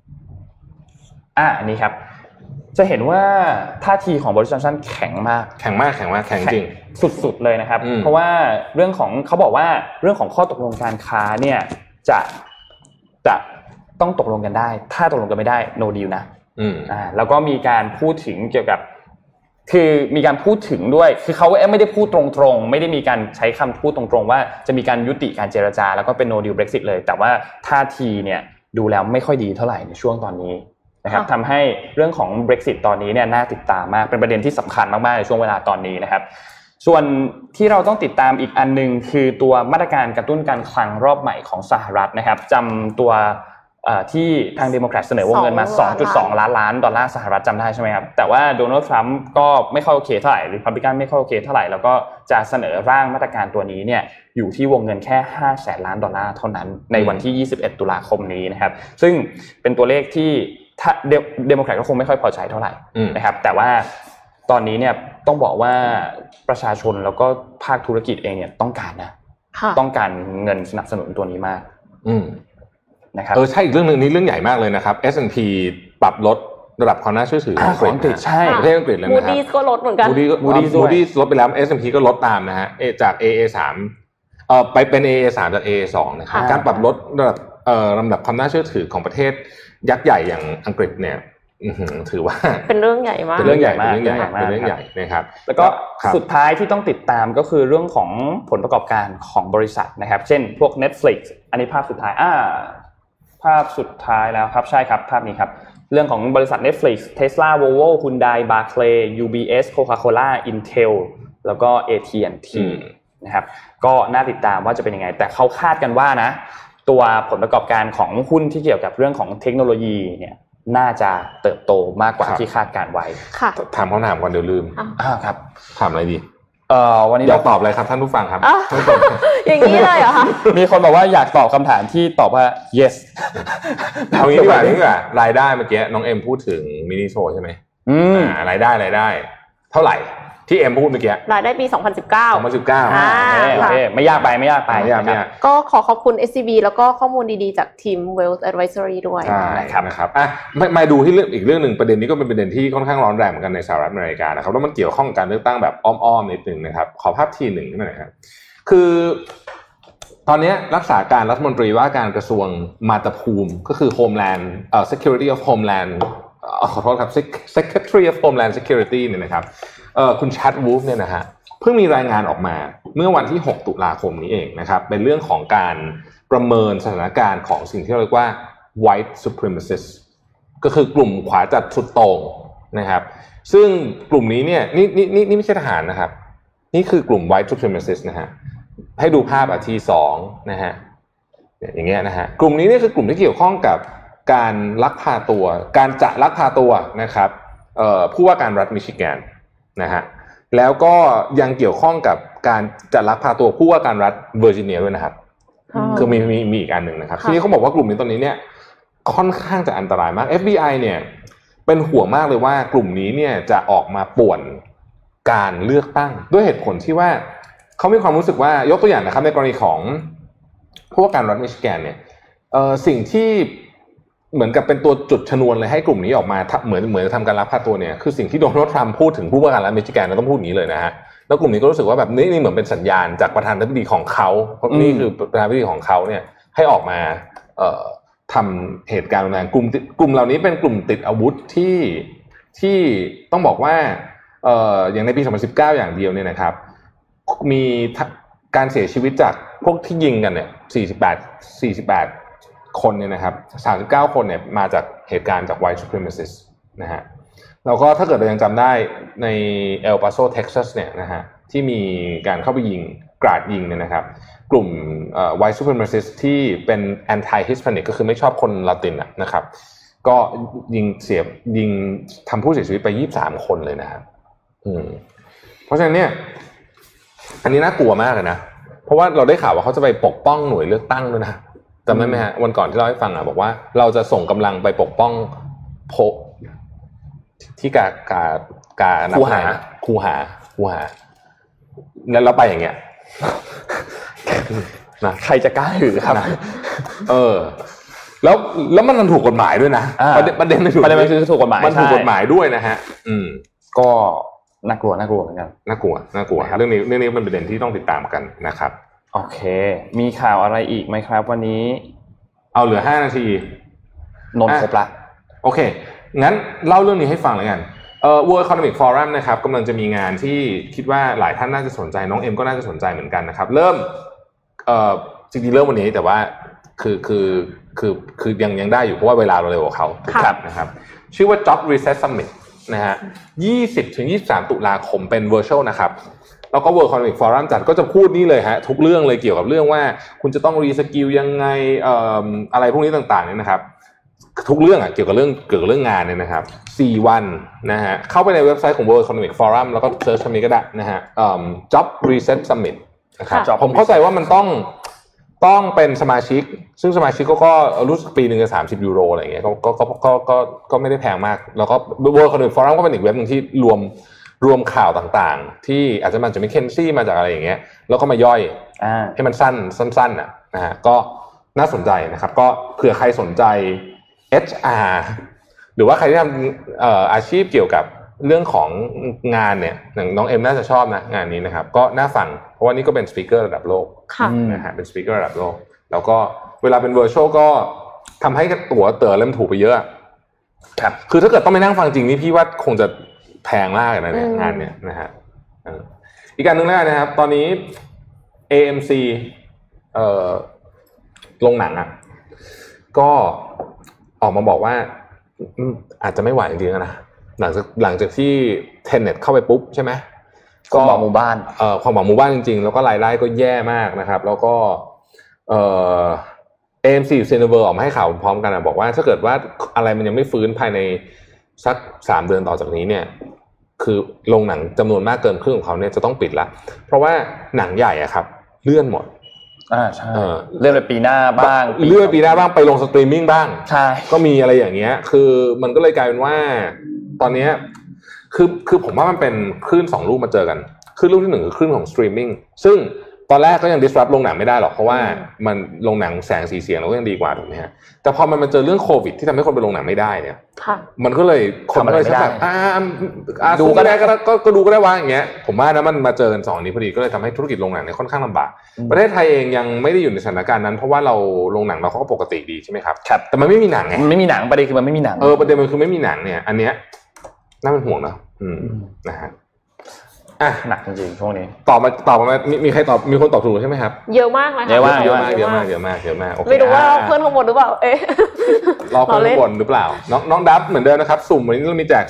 อันนี้ครับจะเห็นว่าท่าทีของบริส จอนสันแข็งมากแข็งจริงสุดๆเลยนะครับเพราะว่าเรื่องของเขาบอกว่าเรื่องของข้อตกลงการค้าเนี่ยจะต้องตกลงกันได้ถ้าตกลงกันไม่ได้ no deal นะแล้วก็มีการพูดถึงเกี่ยวกับคือมีการพูดถึงด้วยคือเขาไม่ได้พูดตรงๆไม่ได้มีการใช้คำพูดตรงๆว่าจะมีการยุติการเจรจาแล้วก็เป็น no deal Brexit เลยแต่ว่าท่าทีเนี่ยดูแล้วไม่ค่อยดีเท่าไหร่ในช่วงตอนนี้นะครับทำให้เรื่องของ Brexit ตอนนี้เนี่ยน่าติดตามมากเป็นประเด็นที่สำคัญมากๆในช่วงเวลาตอนนี้นะครับส่วนที่เราต้องติดตามอีกอันนึงคือตัวมาตรการกระตุ้นการคลังรอบใหม่ของสหรัฐนะครับจำตัวที่ทางเดโมแครตเสนอวงเงินมา 2.2 ล้านดอลลาร์สหรัฐจำได้ใช่ไหมครับแต่ว่าโดนัลด์ทรัมป์ก็ไม่ค่อยโอเคเท่าไหร่ริพับลิกันไม่ค่อยโอเคเท่าไหร่แล้วก็จะเสนอร่างมาตรการตัวนี้เนี่ยอยู่ที่วงเงินแค่ 500,000 ล้านดอลลาร์เท่านั้นในวันที่21ตุลาคมนี้นะครับซึ่งเป็นตัวเลขที่เดโมแครตก็คงไม่ค่อยพอใจเท่าไหร่นะครับแต่ว่าตอนนี้เนี่ยต้องบอกว่าประชาชนแล้วก็ภาคธุรกิจเองเนี่ยต้องการต้องการเงินสนับสนุนตัวนี้มากนะครับใช่อีกเรื่องนึงนี้เรื่องใหญ่มากเลยนะครับ S&P ปรับลดระดับความน่าเชื่อถือของอังกฤษใช่ประเทศอังกฤษเลยนะครับ Moody's ก็ลดเหมือนกัน Moody's ลดไปแล้ว S&P ก็ลดตามนะฮะจาก AA3 ไปเป็น AA3 จาก AA2 นะครับการปรับลดระดับความน่าเชื่อถือของประเทศยักษ์ใหญ่อย่างอังกฤษเนี่ยถือว่าเป็นเรื่องใหญ่มากเป็นเรื่องใหญ่นะครับแล้วก็สุดท้ายที่ต้องติดตามก็คือเรื่องของผลประกอบการของบริษัทนะครับเช่นพวก Netflix อันนี้ภาพสุดท้ายภาพสุดท้ายแล้วครับใช่ครับภาพนี้ครับเรื่องของบริษัท Netflix Tesla Volvo Hyundai Barclay UBS Coca-Cola Intel แล้วก็ AT&T นะครับก็น่าติดตามว่าจะเป็นยังไงแต่เขาคาดกันว่านะตัวผลประกอบการของหุ้นที่เกี่ยวกับเรื่องของเทคโนโลยีเนี่ยน่าจะเติบโตมากกว่าที่คาดการไว้ค่ะถามคำถามก่อนเดี๋ยวลืมครับถามอะไรดีวันนี้อยากตอบอะไรครับท่านผู้ฟังครับอย่างนี้เลยเหรอคะมีคนบอกว่าอยากตอบคำถามที่ตอบว่า yes เอางี้ดีกว่ารายได้เมื่อกี้น้องเอ็มพูดถึงมินิโชใช่ไหมรายได้เท่าไหร่ที่เอ็มพูดเมื่อกี้รายได้ปี2019 โอเคไม่ยากไปก็ขอขอบคุณ SCB แล้วก็ข้อมูลดีๆจากทีม Wealth Advisory ด้วยนะครับมาดูที่อีกเรื่องหนึ่งประเด็นนี้ก็เป็นประเด็นที่ค่อนข้างร้อนแรงเหมือนกันในสหรัฐอเมริกานะครับแล้วมันเกี่ยวข้องกับการเลือกตั้งแบบอ้อมๆนิดนึงนะครับขอภาพทีหนึ่งหน่อยครับคือตอนนี้รักษาการรัฐมนตรีว่าการกระทรวงมาตาภูมิก็คือ Homeland Security of Homeland ขอโทษครับ Secretary of Homeland Security เนี่ยนะครับคุณชัดวูฟเนี่ยนะฮะเพิ่งมีรายงานออกมาเมื่อวันที่6ตุลาคมนี้เองนะครับเป็นเรื่องของการประเมินสถานการณ์ของสิ่งที่เรียกว่า white supremacists ก็คือกลุ่มขวาจัดสุดโต่งนะครับซึ่งกลุ่มนี้เนี่ยนี่ไม่ใช่ทหารนะครับนี่คือกลุ่ม white supremacists นะฮะให้ดูภาพที่2นะฮะอย่างเงี้ยนะฮะกลุ่มนี้เนี่ยคือกลุ่มที่เกี่ยวข้องกับการลักพาตัวการจะลักพาตัวนะครับผู้ว่าการรัฐมิชิแกนนะฮะแล้วก็ยังเกี่ยวข้องกับการจะลักพาตัวผู้ว่าการรัฐเวอร์จิเนียด้วยนะครับคือมีอีกอันหนึ่งนะครับทีนี้เขาบอกว่ากลุ่มนี้ตอนนี้เนี่ยค่อนข้างจะอันตรายมาก FBI เนี่ยเป็นห่วงมากเลยว่ากลุ่มนี้เนี่ยจะออกมาป่วนการเลือกตั้งด้วยเหตุผลที่ว่าเขามีความรู้สึกว่ายกตัวอย่างนะครับในกรณีของผู้ว่าการรัฐมิชิแกนเนี่ยสิ่งที่เหมือนกับเป็นตัวจุดชนวนเลยให้กลุ่มนี้ออกมาเหมือนทำการลักพาตัวเนี่ยคือสิ่งที่โดนัลด์ทรัมป์พูดถึงผู้ว่าการรัฐมิชิแกนเราต้องพูดอย่างนี้เลยนะฮะแล้วกลุ่มนี้ก็รู้สึกว่าแบบนี่เหมือนเป็นสัญญาณจากประธานาธิบดีของเขาเพราะนี่คือประธานาธิบดีของเขาเนี่ยให้ออกมาทำเหตุการณ์รุนแรงกลุ่มเหล่านี้เป็นกลุ่มติดอาวุธที่ต้องบอกว่าอย่างในปี2019อย่างเดียวเนี่ยนะครับมีการเสียชีวิตจากพวกที่ยิงกันเนี่ย48คนเนี่ยนะครับ39คนเนี่ยมาจากเหตุการณ์จาก white supremacists นะฮะแล้วก็ถ้าเกิดเรายังจำได้ในเอลปาโซเท็กซัสเนี่ยนะฮะที่มีการเข้าไปยิงกราดยิงเนี่ยนะครับกลุ่มwhite supremacists ที่เป็น anti Hispanic ก็คือไม่ชอบคนลาตินนะครับก็ยิงทำผู้เสียชีวิตไป23คนเลยนะครับเพราะฉะนั้นเนี่ยอันนี้น่ากลัวมากเลยนะเพราะว่าเราได้ข่าวว่าเขาจะไปปกป้องหน่วยเลือกตั้งด้วยนะจำได้ไหมฮะวันก่อนที่เราให้ฟังบอกว่าเราจะส่งกำลังไปปกป้องที่กาคูหาแล้วเราไปอย่างเงี้ยนะใครจะกล้าหือครับแล้วมันถูกกฎหมายด้วยนะประเด็นมันคือถูกกฎหมายมันถูกกฎหมายด้วยนะฮะก็น่ากลัวเหมือนกันน่ากลัวเรื่องนี้เป็นประเด็นที่ต้องติดตามกันนะครับโอเคมีข่าวอะไรอีกไหมครับวันนี้เอาเหลือ5นาทีนนครบละโอเคงั้นเล่าเรื่องนี้ให้ฟังเลยกัน World Economic Forum นะครับกำลังจะมีงานที่คิดว่าหลายท่านน่าจะสนใจน้องเอ็มก็น่าจะสนใจเหมือนกันนะครับเริ่มจริงๆเริ่มวันนี้แต่ว่าคือยังได้อยู่เพราะว่าเวลาเราเร็วกว่าเขานะครับชื่อว่า Job Reset Summit นะฮะ 20-23 ตุลาคมเป็น virtual นะครับแล้วก็ World Economic Forum จัดก็จะพูดนี่เลยฮะทุกเรื่องเลยเกี่ยวกับเรื่องว่าคุณจะต้องรีสกิลยังไงอะไรพวกนี้ต่างๆเนี่ยนะครับทุกเรื่องเกี่ยวกับเรื่องงานเนี่ยนะครับ4วันนะฮะเข้าไปในเว็บไซต์ของ World Economic Forum แล้วก็เซิร์ชคำนี้ก็ได้นะฮะJob Reset Summit นะครับผมเข้าใจว่ามันต้องเป็นสมาชิกซึ่งสมาชิกก็รู้สึกปีนึง30ยูโรอะไรอย่างเงี้ยก็ไม่ได้แพงมากแล้วก็ World Economic Forum ก็เป็นอีกเว็บนึงที่รวมข่าวต่างๆที่อาจจะมาจากMcKinseyมาจากอะไรอย่างเงี้ยแล้วก็มาย่อยให้มันสั้นนะฮะก็น่าสนใจนะครับก็เผื่อใครสนใจ HR หรือว่าใครที่ทำอาชีพเกี่ยวกับเรื่องของงานเนี่ยน้องเอ็มน่าจะชอบนะงานนี้นะครับก็น่าฟังเพราะว่านี่ก็เป็นสปีกเกอร์ระดับโลกนะฮะเป็นสปีกเกอร์ระดับโลกแล้วก็เวลาเป็นเวอร์ชวลก็ทำให้ตั๋วเริ่มถูกไปเยอะครับคือถ้าเกิดต้องไปนั่งฟังจริงนี่พี่ว่าคงจะแพงมากนะเนี่ยงานเนี่ยนะฮะอีกการนึงแล้วนะครับตอนนี้ AMC โรงหนังก็ออกมาบอกว่าอาจจะไม่ไหวจริงๆนะหลังจากที่เทนเน็ตเข้าไปปุ๊บใช่ไหมความหวังหมู่บ้านความหวังหมู่บ้านจริงๆแล้วก็รายได้ก็แย่มากนะครับแล้วก็AMC กับ Cineworld ออกมาให้ข่าวพร้อมกันบอกว่าถ้าเกิดว่าอะไรมันยังไม่ฟื้นภายในสัก3เดือนต่อจากนี้เนี่ยคือโรงหนังจำนวนมากเกินครึ่งของเขาเนี่ยจะต้องปิดละเพราะว่าหนังใหญ่อะครับเลื่อนหมดใช่เลื่อนไปปีหน้าบ้างเลื่อนปีหน้าบ้างไปลงสตรีมมิ่งบ้างใช่ก็มีอะไรอย่างเงี้ยคือมันก็เลยกลายเป็นว่าตอนนี้คือผมว่ามันเป็นคลื่น2ลูกมาเจอกันคลื่นลูกที่1คือคลื่นของสตรีมมิ่งซึ่งตอนแรกก็ยัง disrupt โรงหนังไม่ได้หรอกเพราะว่ามันโรงหนังแสงสีเสียงเราก็ยังดีกว่าถูกไหมฮะแต่พอมันมาเจอเรื่องโควิดที่ทำให้คนไปโรงหนังไม่ได้เนี่ยมันก็เลยคนก็เลยแบบดูก็ได้ก็ดูก็ได้ว่าอย่างเงี้ยผมว่านะมันมาเจอกัน2นี้พอดีก็เลยทำให้ธุรกิจโรงหนังเนี่ยค่อนข้างลำบากประเทศไทยเองยังไม่ได้อยู่ในสถานการณ์นั้นเพราะว่าเราโรงหนังเราก็ปกติดีใช่ไหมครับแต่มันไม่มีหนังไงมันไม่มีหนังประเด็นคือมันไม่มีหนังประเด็นมันคือไม่มีหนังเนี่ยอันเนี้ยน่าเป็นห่วงนะนะฮะหนักจริงๆช่วงนี้ตอบมามีใครตอบมีคนตอบถูกใช่ไหมครับเยอะมากนะคะเยอะมากไม่รู้ว่าเพื่อนข้างบนหรือเปล่ารอเพื่อนข้างบนหรือเปล่าน้องดับเหมือนเดิมนะครับสุ่มวันนี้เรามีแจก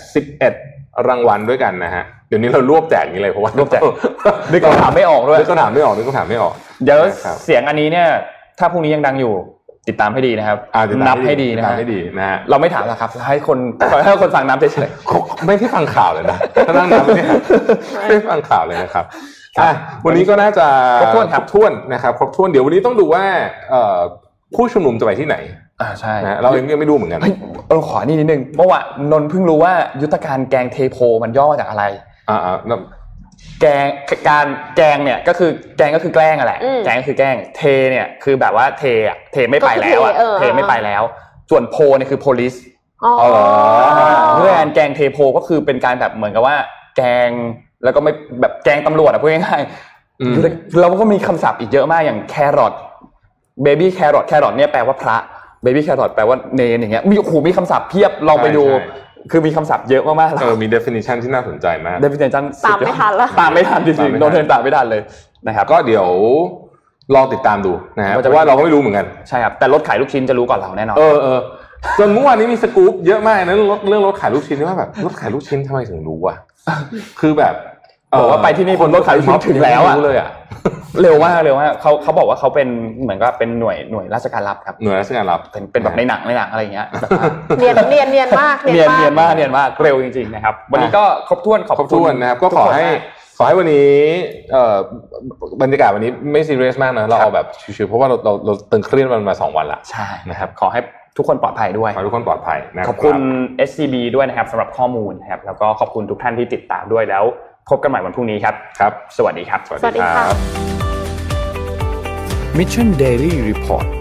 11รางวัลด้วยกันนะฮะเดี๋ยวนี้เรารวบแจกอย่างนี้เลยเพราะว่ารวบแจกนึกคำถามไม่ออกด้วยนึกคำถามไม่ออกเดี๋ยวเสียงอันนี้เนี่ยถ้าพรุ่งนี้ยังดังอยู่ติดตามให้ดีนะครับนับให้ดีนะฮะเราไม่ถามหรอกครับให้คนฟังนับเฉยๆไม่ได้ฟังข่าวเลยนะถ้านั่งนับเนี่ยไม่ฟังข่าวเลยนะครับวันนี้ก็น่าจะครบถ้วนนะครับครบถ้วนเดี๋ยววันนี้ต้องดูว่าผู้ชุมนุมจะไปที่ไหนใช่นะเราเองยังไม่รู้เหมือนกันขอนี่นิดนึงเมื่อวานนนท์เพิ่งรู้ว่ายุทธการแกงเทโพมันย่อมาจากอะไรแกงเนี่ยก็คือแกงก็คือแกล้งแหละแกงก็คือแกล้งเทเนี่ยคือแบบว่าเทไม่ไปแล้วเทไม่ไปแล้วส่วนโพเนี่ยคือ police เรื่องแกงเทโพก็คือเป็นการแบบเหมือนกับว่าแกงแล้วก็ไม่แบบแกงตำรวจพูดง่ายๆแล้วก็มีคำศัพท์อีกเยอะมากอย่างแครอทเบบี้แครอทเนี่ยแปลว่าพระเบบี้แครอทแปลว่าเนนอย่างเงี้ยมีคำศัพท์เพียบลองไปดูคือมีคำศัพท์เยอะมากๆมี definition ที่น่าสนใจมาก definition ตามไม่ทันแล้วตามไม่ทันจริงๆโดนเทิร์นตามไม่ทันเลยนะครับก็เดี๋ยวลองติดตามดูนะฮะเพราะว่าเราก็ไม่รู้เหมือนกันใช่ครับแต่รถขายลูกชิ้นจะรู้ก่อนเราแน่นอนจนเมื่อวานนี้มีสกู๊ปเยอะมากนะเรื่องรถขายลูกชิ้นว่าแบบรถขายลูกชิ้นทำไมถึงรู้วะคือแบบบอกว่าไปที่นี่คนรถขายลูกชิ้นถึงแล้วเลยเร็วมากเขาบอกว่าเขาเป็นเหมือนกับเป็นหน่วยราชการลับครับหน่วยราชการลับเป็นแบบในหนังอะไรอย่างเงี้ยเนียนมากเร็วจริงๆนะครับวันนี้ก็ครบถ้วนนะครับก็ขอให้วันนี้บรรยากาศวันนี้ไม่ซีเรียสมากนะเราเอาแบบชิวๆเพราะว่าเราตึงเครียดมันมา2วันละใช่นะครับขอให้ทุกคนปลอดภัยด้วยทุกคนปลอดภัยนะขอบคุณ SCB ด้วยนะครับสำหรับข้อมูลนะครับแล้วก็ขอบคุณทุกท่านที่ติดตามด้วยแล้วพบกันใหม่วันพรุ่งนี้ครับสวัสดีครับสวัสดีค่ะ Mission Daily Report